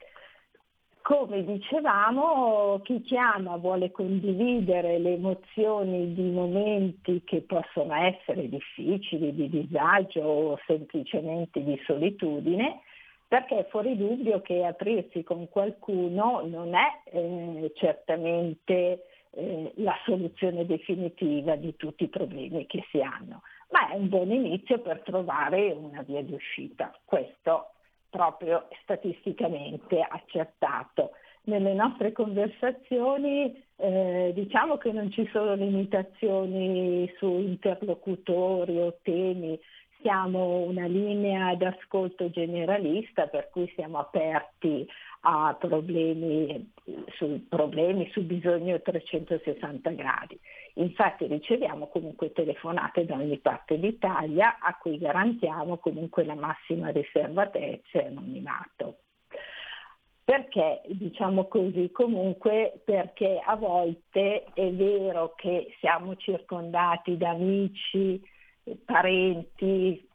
Come dicevamo, chi chiama vuole condividere le emozioni di momenti che possono essere difficili, di disagio o semplicemente di solitudine, perché è fuori dubbio che aprirsi con qualcuno non è eh, certamente eh, la soluzione definitiva di tutti i problemi che si hanno, ma è un buon inizio per trovare una via di uscita. Questo proprio statisticamente accertato. Nelle nostre conversazioni eh, diciamo che non ci sono limitazioni su interlocutori o temi, siamo una linea d'ascolto generalista per cui siamo aperti a problemi su problemi, su bisogno trecentosessanta gradi. Infatti riceviamo comunque telefonate da ogni parte d'Italia a cui garantiamo comunque la massima riservatezza e anonimato. Perché diciamo così? Comunque perché a volte è vero che siamo circondati da amici, parenti,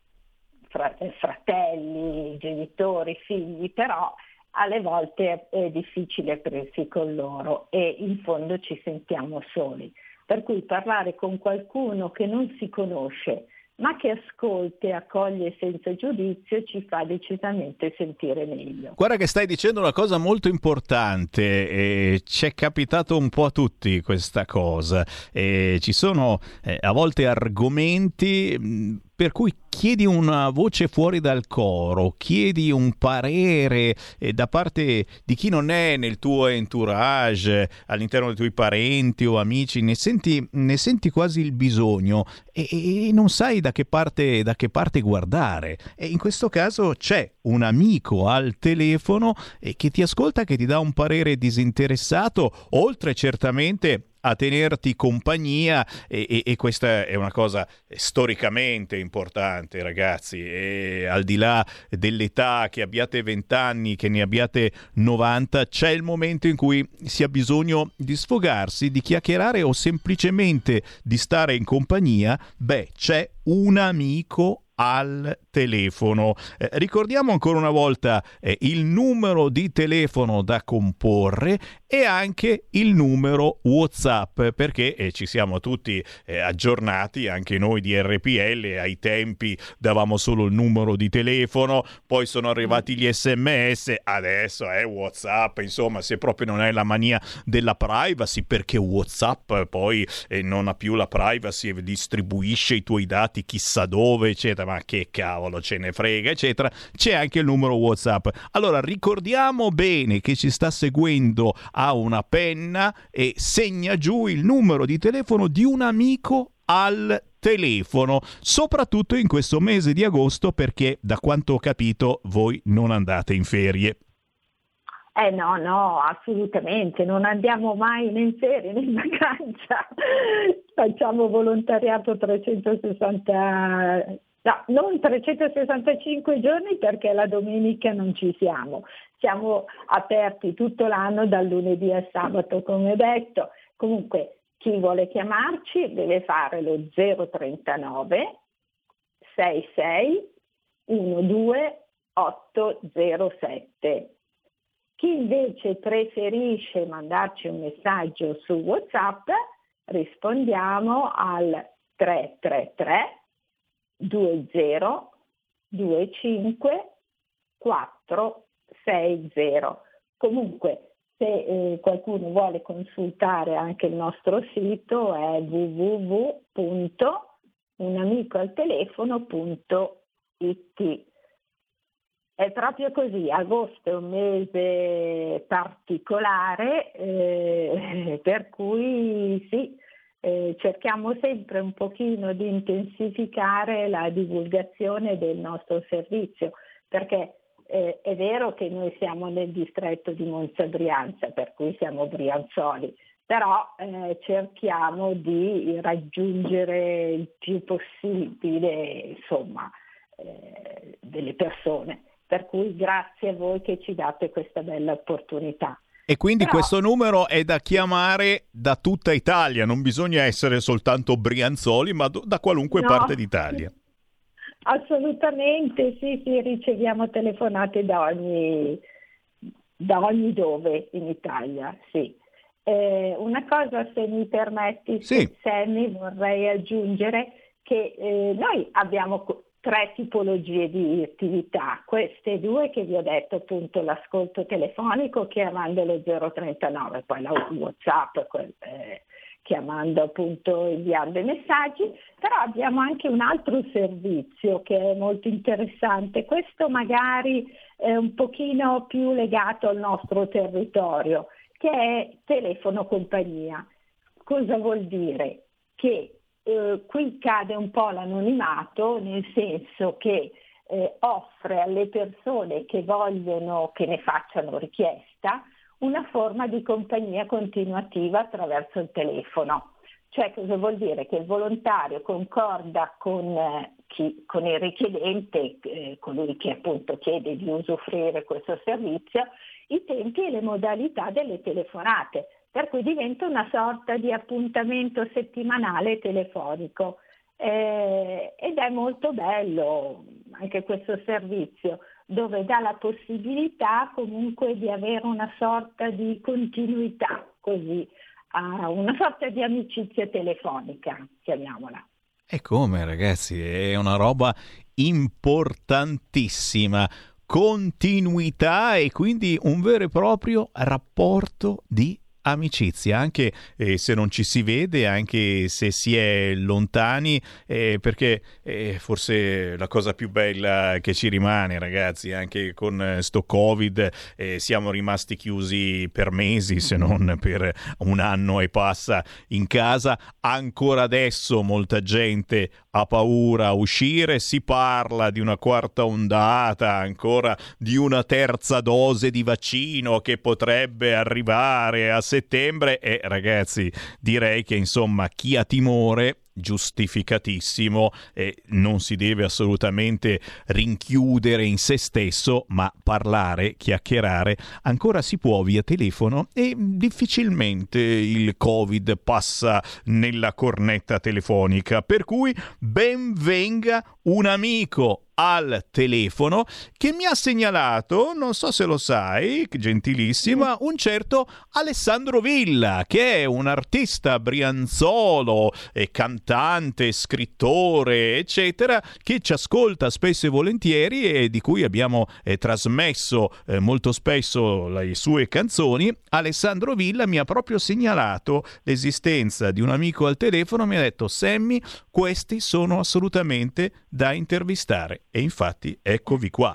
fratelli, genitori, figli, però alle volte è difficile aprirsi con loro e in fondo ci sentiamo soli. Per cui parlare con qualcuno che non si conosce, ma che ascolta e accoglie senza giudizio, ci fa decisamente sentire meglio. Guarda che stai dicendo una cosa molto importante, e ci è capitato un po' a tutti questa cosa. E ci sono eh, a volte argomenti mh, per cui chiedi una voce fuori dal coro, chiedi un parere eh, da parte di chi non è nel tuo entourage, all'interno dei tuoi parenti o amici, ne senti, ne senti quasi il bisogno e, e non sai da che parte, da che parte guardare. E in questo caso c'è un amico al telefono eh, che ti ascolta, che ti dà un parere disinteressato, oltre certamente a tenerti compagnia e, e, e questa è una cosa storicamente importante, ragazzi, e al di là dell'età, che abbiate venti anni, che ne abbiate novanta, c'è il momento in cui si ha bisogno di sfogarsi, di chiacchierare o semplicemente di stare in compagnia. Beh, c'è un amico al telefono. Eh, ricordiamo ancora una volta eh, il numero di telefono da comporre e anche il numero WhatsApp, perché eh, ci siamo tutti eh, aggiornati, anche noi di R P L. Ai tempi davamo solo il numero di telefono, poi sono arrivati gli sms, adesso è WhatsApp. Insomma, se proprio non è la mania della privacy, perché WhatsApp poi eh, non ha più la privacy e distribuisce i tuoi dati chissà dove, eccetera. Ma che cavolo ce ne frega, eccetera. C'è anche il numero WhatsApp. Allora ricordiamo bene che ci sta seguendo, ha una penna e segna giù il numero di telefono di un amico al telefono, soprattutto in questo mese di agosto, perché da quanto ho capito voi non andate in ferie. Eh no, no, assolutamente, non andiamo mai né in ferie né in vacanza, facciamo volontariato trecentosessanta, no, non trecentosessantacinque giorni perché la domenica non ci siamo, siamo aperti tutto l'anno dal lunedì al sabato come detto, comunque chi vuole chiamarci deve fare lo zero trentanove sessantasei dodici otto zero sette. Chi invece preferisce mandarci un messaggio su WhatsApp, rispondiamo al tre tre tre due zero due cinque quattro sei zero. Comunque, se eh, qualcuno vuole consultare anche il nostro sito è w w w punto unamicoaltelefono punto i t. È proprio così, agosto è un mese particolare, eh, per cui sì, eh, cerchiamo sempre un pochino di intensificare la divulgazione del nostro servizio, perché eh, è vero che noi siamo nel distretto di Monza Brianza, per cui siamo brianzoli, però eh, cerchiamo di raggiungere il più possibile, insomma, eh, delle persone. Per cui grazie a voi che ci date questa bella opportunità. E quindi Però, questo numero è da chiamare da tutta Italia, non bisogna essere soltanto brianzoli, ma da qualunque no, parte d'Italia. Assolutamente, sì, sì, riceviamo telefonate da ogni, da ogni dove in Italia, sì. Eh, una cosa, se mi permetti, sì. Sammy, vorrei aggiungere che eh, noi abbiamo tre tipologie di attività, queste due che vi ho detto, appunto l'ascolto telefonico chiamando lo zero trentanove, poi la WhatsApp eh, chiamando appunto, inviando i messaggi, però abbiamo anche un altro servizio che è molto interessante, questo magari è un pochino più legato al nostro territorio, che è telefono compagnia. Cosa vuol dire? Che Eh, qui cade un po' l'anonimato, nel senso che eh, offre alle persone che vogliono che ne facciano richiesta una forma di compagnia continuativa attraverso il telefono. Cioè, cosa vuol dire? Che il volontario concorda con, eh, chi, con il richiedente, eh, colui che appunto chiede di usufruire questo servizio, i tempi e le modalità delle telefonate. Per cui diventa una sorta di appuntamento settimanale telefonico eh, ed è molto bello anche questo servizio, dove dà la possibilità comunque di avere una sorta di continuità, così, a una sorta di amicizia telefonica, chiamiamola. E come, ragazzi, è una roba importantissima. Continuità e quindi un vero e proprio rapporto di amicizia, anche eh, se non ci si vede, anche se si è lontani, eh, perché eh, forse la cosa più bella che ci rimane, ragazzi, anche con eh, sto Covid eh, siamo rimasti chiusi per mesi, se non per un anno e passa in casa. Ancora adesso molta gente ha paura a uscire, si parla di una quarta ondata, ancora di una terza dose di vaccino che potrebbe arrivare a settembre e ragazzi direi che insomma chi ha timore giustificatissimo e non si deve assolutamente rinchiudere in se stesso, ma parlare, chiacchierare ancora si può via telefono e difficilmente il Covid passa nella cornetta telefonica, per cui ben venga un amico al telefono che mi ha segnalato, non so se lo sai, gentilissima, un certo Alessandro Villa, che è un artista brianzolo e cantante, scrittore, eccetera, che ci ascolta spesso e volentieri e di cui abbiamo eh, trasmesso eh, molto spesso le sue canzoni. Alessandro Villa mi ha proprio segnalato l'esistenza di un amico al telefono, mi ha detto: Sammy, questi sono assolutamente da intervistare. E infatti eccovi qua.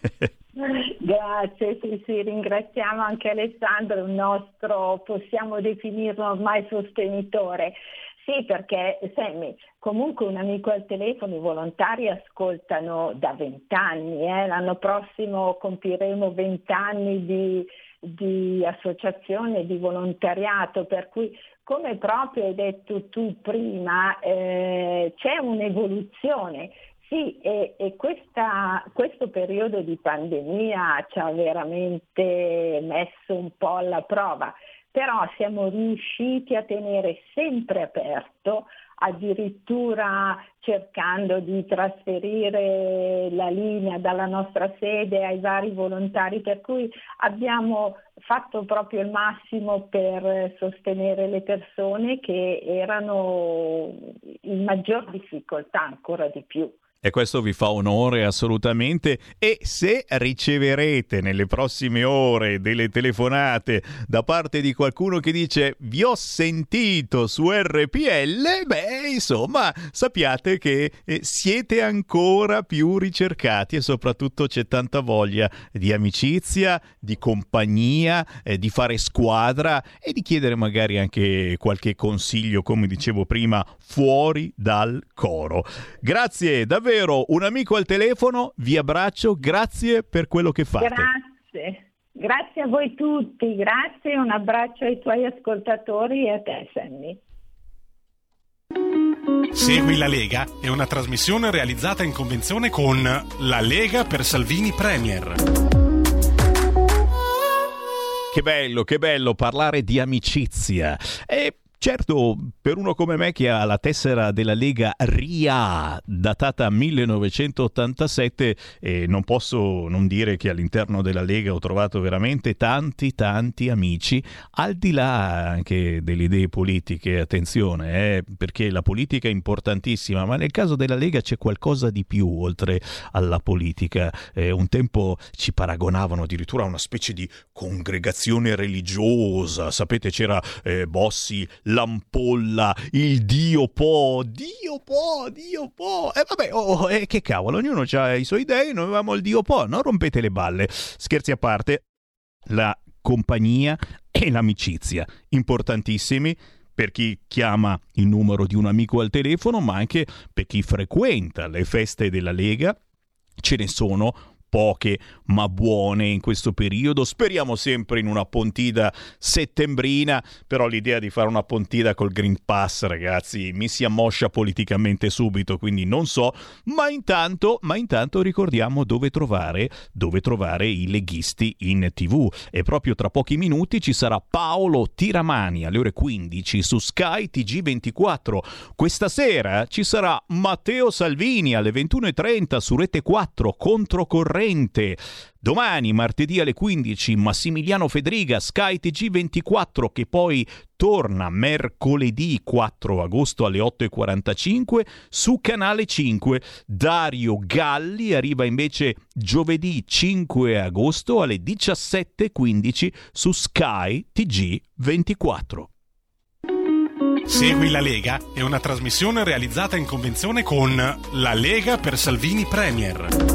Grazie, sì, sì, ringraziamo anche Alessandro, il nostro, possiamo definirlo ormai sostenitore. Sì, perché Sammy, comunque un amico al telefono, i volontari ascoltano da vent'anni, eh? L'anno prossimo compiremo vent'anni di, di associazione, di volontariato, per cui, come proprio hai detto tu prima, eh, c'è un'evoluzione. Sì, e, e questa, questo periodo di pandemia ci ha veramente messo un po' alla prova, però siamo riusciti a tenere sempre aperto, addirittura cercando di trasferire la linea dalla nostra sede ai vari volontari, per cui abbiamo fatto proprio il massimo per sostenere le persone che erano in maggior difficoltà, ancora di più. E questo vi fa onore assolutamente, e se riceverete nelle prossime ore delle telefonate da parte di qualcuno che dice vi ho sentito su R P L, beh insomma sappiate che eh, siete ancora più ricercati, e soprattutto c'è tanta voglia di amicizia, di compagnia, eh, di fare squadra e di chiedere magari anche qualche consiglio, come dicevo prima, fuori dal coro. Grazie davvero. Un amico al telefono, vi abbraccio, grazie per quello che fate. Grazie, grazie a voi tutti, grazie, un abbraccio ai tuoi ascoltatori e a te, Sammy. Segui la Lega è una trasmissione realizzata in convenzione con La Lega per Salvini Premier. Che bello, che bello parlare di amicizia. E certo, per uno come me che ha la tessera della Lega R I A datata millenovecentottantasette, eh, non posso non dire che all'interno della Lega ho trovato veramente tanti tanti amici, al di là anche delle idee politiche, attenzione, eh, perché la politica è importantissima, ma nel caso della Lega c'è qualcosa di più oltre alla politica. Eh, un tempo ci paragonavano addirittura a una specie di congregazione religiosa, sapete, c'era eh, Bossi, l'ampolla, il Dio Po, Dio Po, Dio Po. E eh, vabbè, oh, eh, che cavolo, ognuno ha i suoi dei, noi avevamo il Dio Po, non rompete le balle. Scherzi a parte, la compagnia e l'amicizia, importantissimi per chi chiama il numero di un amico al telefono, ma anche per chi frequenta le feste della Lega. Ce ne sono poche ma buone in questo periodo, speriamo sempre in una Pontida settembrina, però l'idea di fare una Pontida col Green Pass, ragazzi, mi si ammoscia politicamente subito, quindi non so, ma intanto, ma intanto ricordiamo dove trovare, dove trovare i leghisti in tv, e proprio tra pochi minuti ci sarà Paolo Tiramani alle ore quindici su Sky T G ventiquattro. Questa sera ci sarà Matteo Salvini alle ventuno e trenta su Rete quattro, Controcorrente. Domani, martedì alle quindici, Massimiliano Fedriga, Sky T G ventiquattro, che poi torna mercoledì quattro agosto alle otto e quarantacinque su Canale cinque. Dario Galli arriva invece giovedì cinque agosto alle diciassette e quindici su Sky T G ventiquattro. Segui la Lega è una trasmissione realizzata in convenzione con La Lega per Salvini Premier.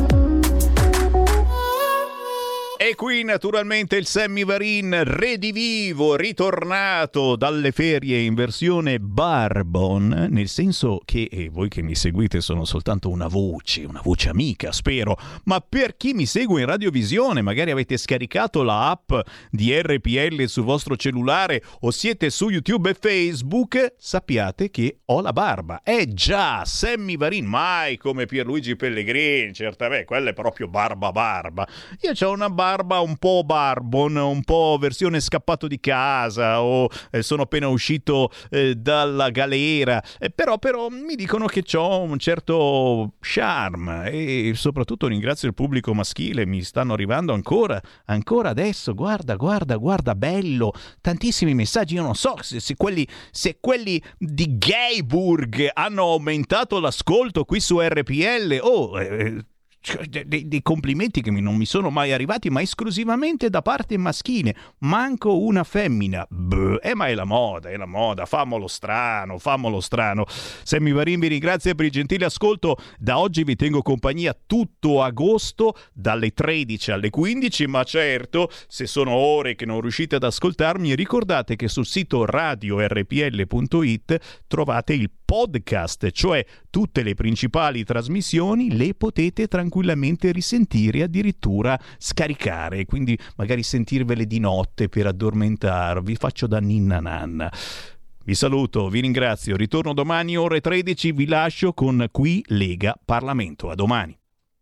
E qui naturalmente il Sammy Varin redivivo, ritornato dalle ferie in versione Barbon, nel senso che eh, voi che mi seguite sono soltanto una voce, una voce amica, spero, ma per chi mi segue in radiovisione, magari avete scaricato la app di R P L sul vostro cellulare o siete su YouTube e Facebook, sappiate che ho la barba. Eh già, Sammy Varin, mai come Pierluigi Pellegrini, certamente, quella è proprio barba barba. Io ho una barba un po' Barbon, un po' versione scappato di casa, o eh, sono appena uscito eh, dalla galera, eh, però, però mi dicono che ho un certo charme, e soprattutto ringrazio il pubblico maschile, mi stanno arrivando ancora ancora adesso, guarda guarda guarda, bello, tantissimi messaggi. Io non so se, se quelli se quelli di Gayburg hanno aumentato l'ascolto qui su R P L. Oh, eh, Dei, dei complimenti che mi, non mi sono mai arrivati, ma esclusivamente da parte maschile, manco una femmina. Beh, eh, ma è la moda, è la moda, famolo strano, famolo strano. Sammy Varin vi ringrazia per il gentile ascolto. Da oggi vi tengo compagnia tutto agosto dalle tredici alle quindici, ma certo, se sono ore che non riuscite ad ascoltarmi, ricordate che sul sito radio R P L punto it trovate il podcast, cioè tutte le principali trasmissioni le potete tranquillamente risentire, addirittura scaricare, quindi magari sentirvele di notte per addormentarvi. Faccio da ninna nanna. Vi saluto, vi ringrazio, ritorno domani ore tredici, vi lascio con Qui Lega Parlamento. A domani.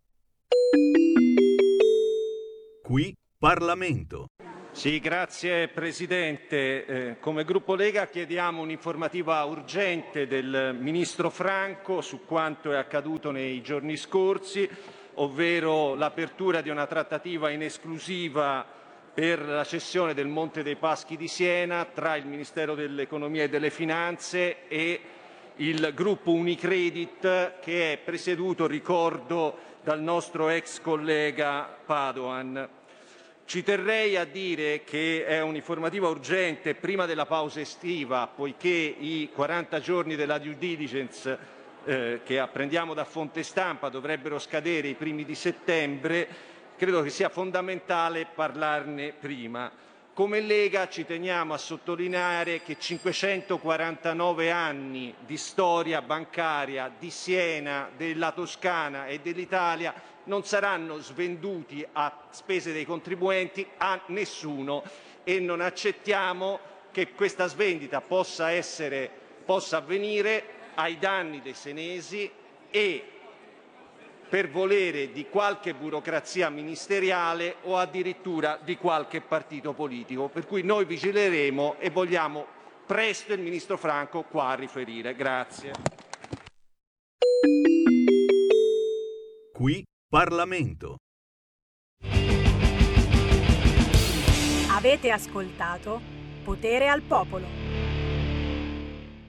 Qui Parlamento. Sì, grazie Presidente. Eh, come Gruppo Lega chiediamo un'informativa urgente del Ministro Franco su quanto è accaduto nei giorni scorsi, ovvero l'apertura di una trattativa in esclusiva per la cessione del Monte dei Paschi di Siena tra il Ministero dell'Economia e delle Finanze e il gruppo Unicredit, che è presieduto, ricordo, dal nostro ex collega Padoan. Ci terrei a dire che è un'informativa urgente prima della pausa estiva, poiché i quaranta giorni della due diligence eh, che apprendiamo da fonte stampa dovrebbero scadere i primi di settembre. Credo che sia fondamentale parlarne prima. Come Lega ci teniamo a sottolineare che cinquecentoquarantanove anni di storia bancaria di Siena, della Toscana e dell'Italia non saranno svenduti a spese dei contribuenti a nessuno, e non accettiamo che questa svendita possa essere, possa avvenire ai danni dei senesi e per volere di qualche burocrazia ministeriale o addirittura di qualche partito politico. Per cui noi vigileremo e vogliamo presto il Ministro Franco qua a riferire. Grazie. Qui Parlamento. Avete ascoltato Potere al Popolo.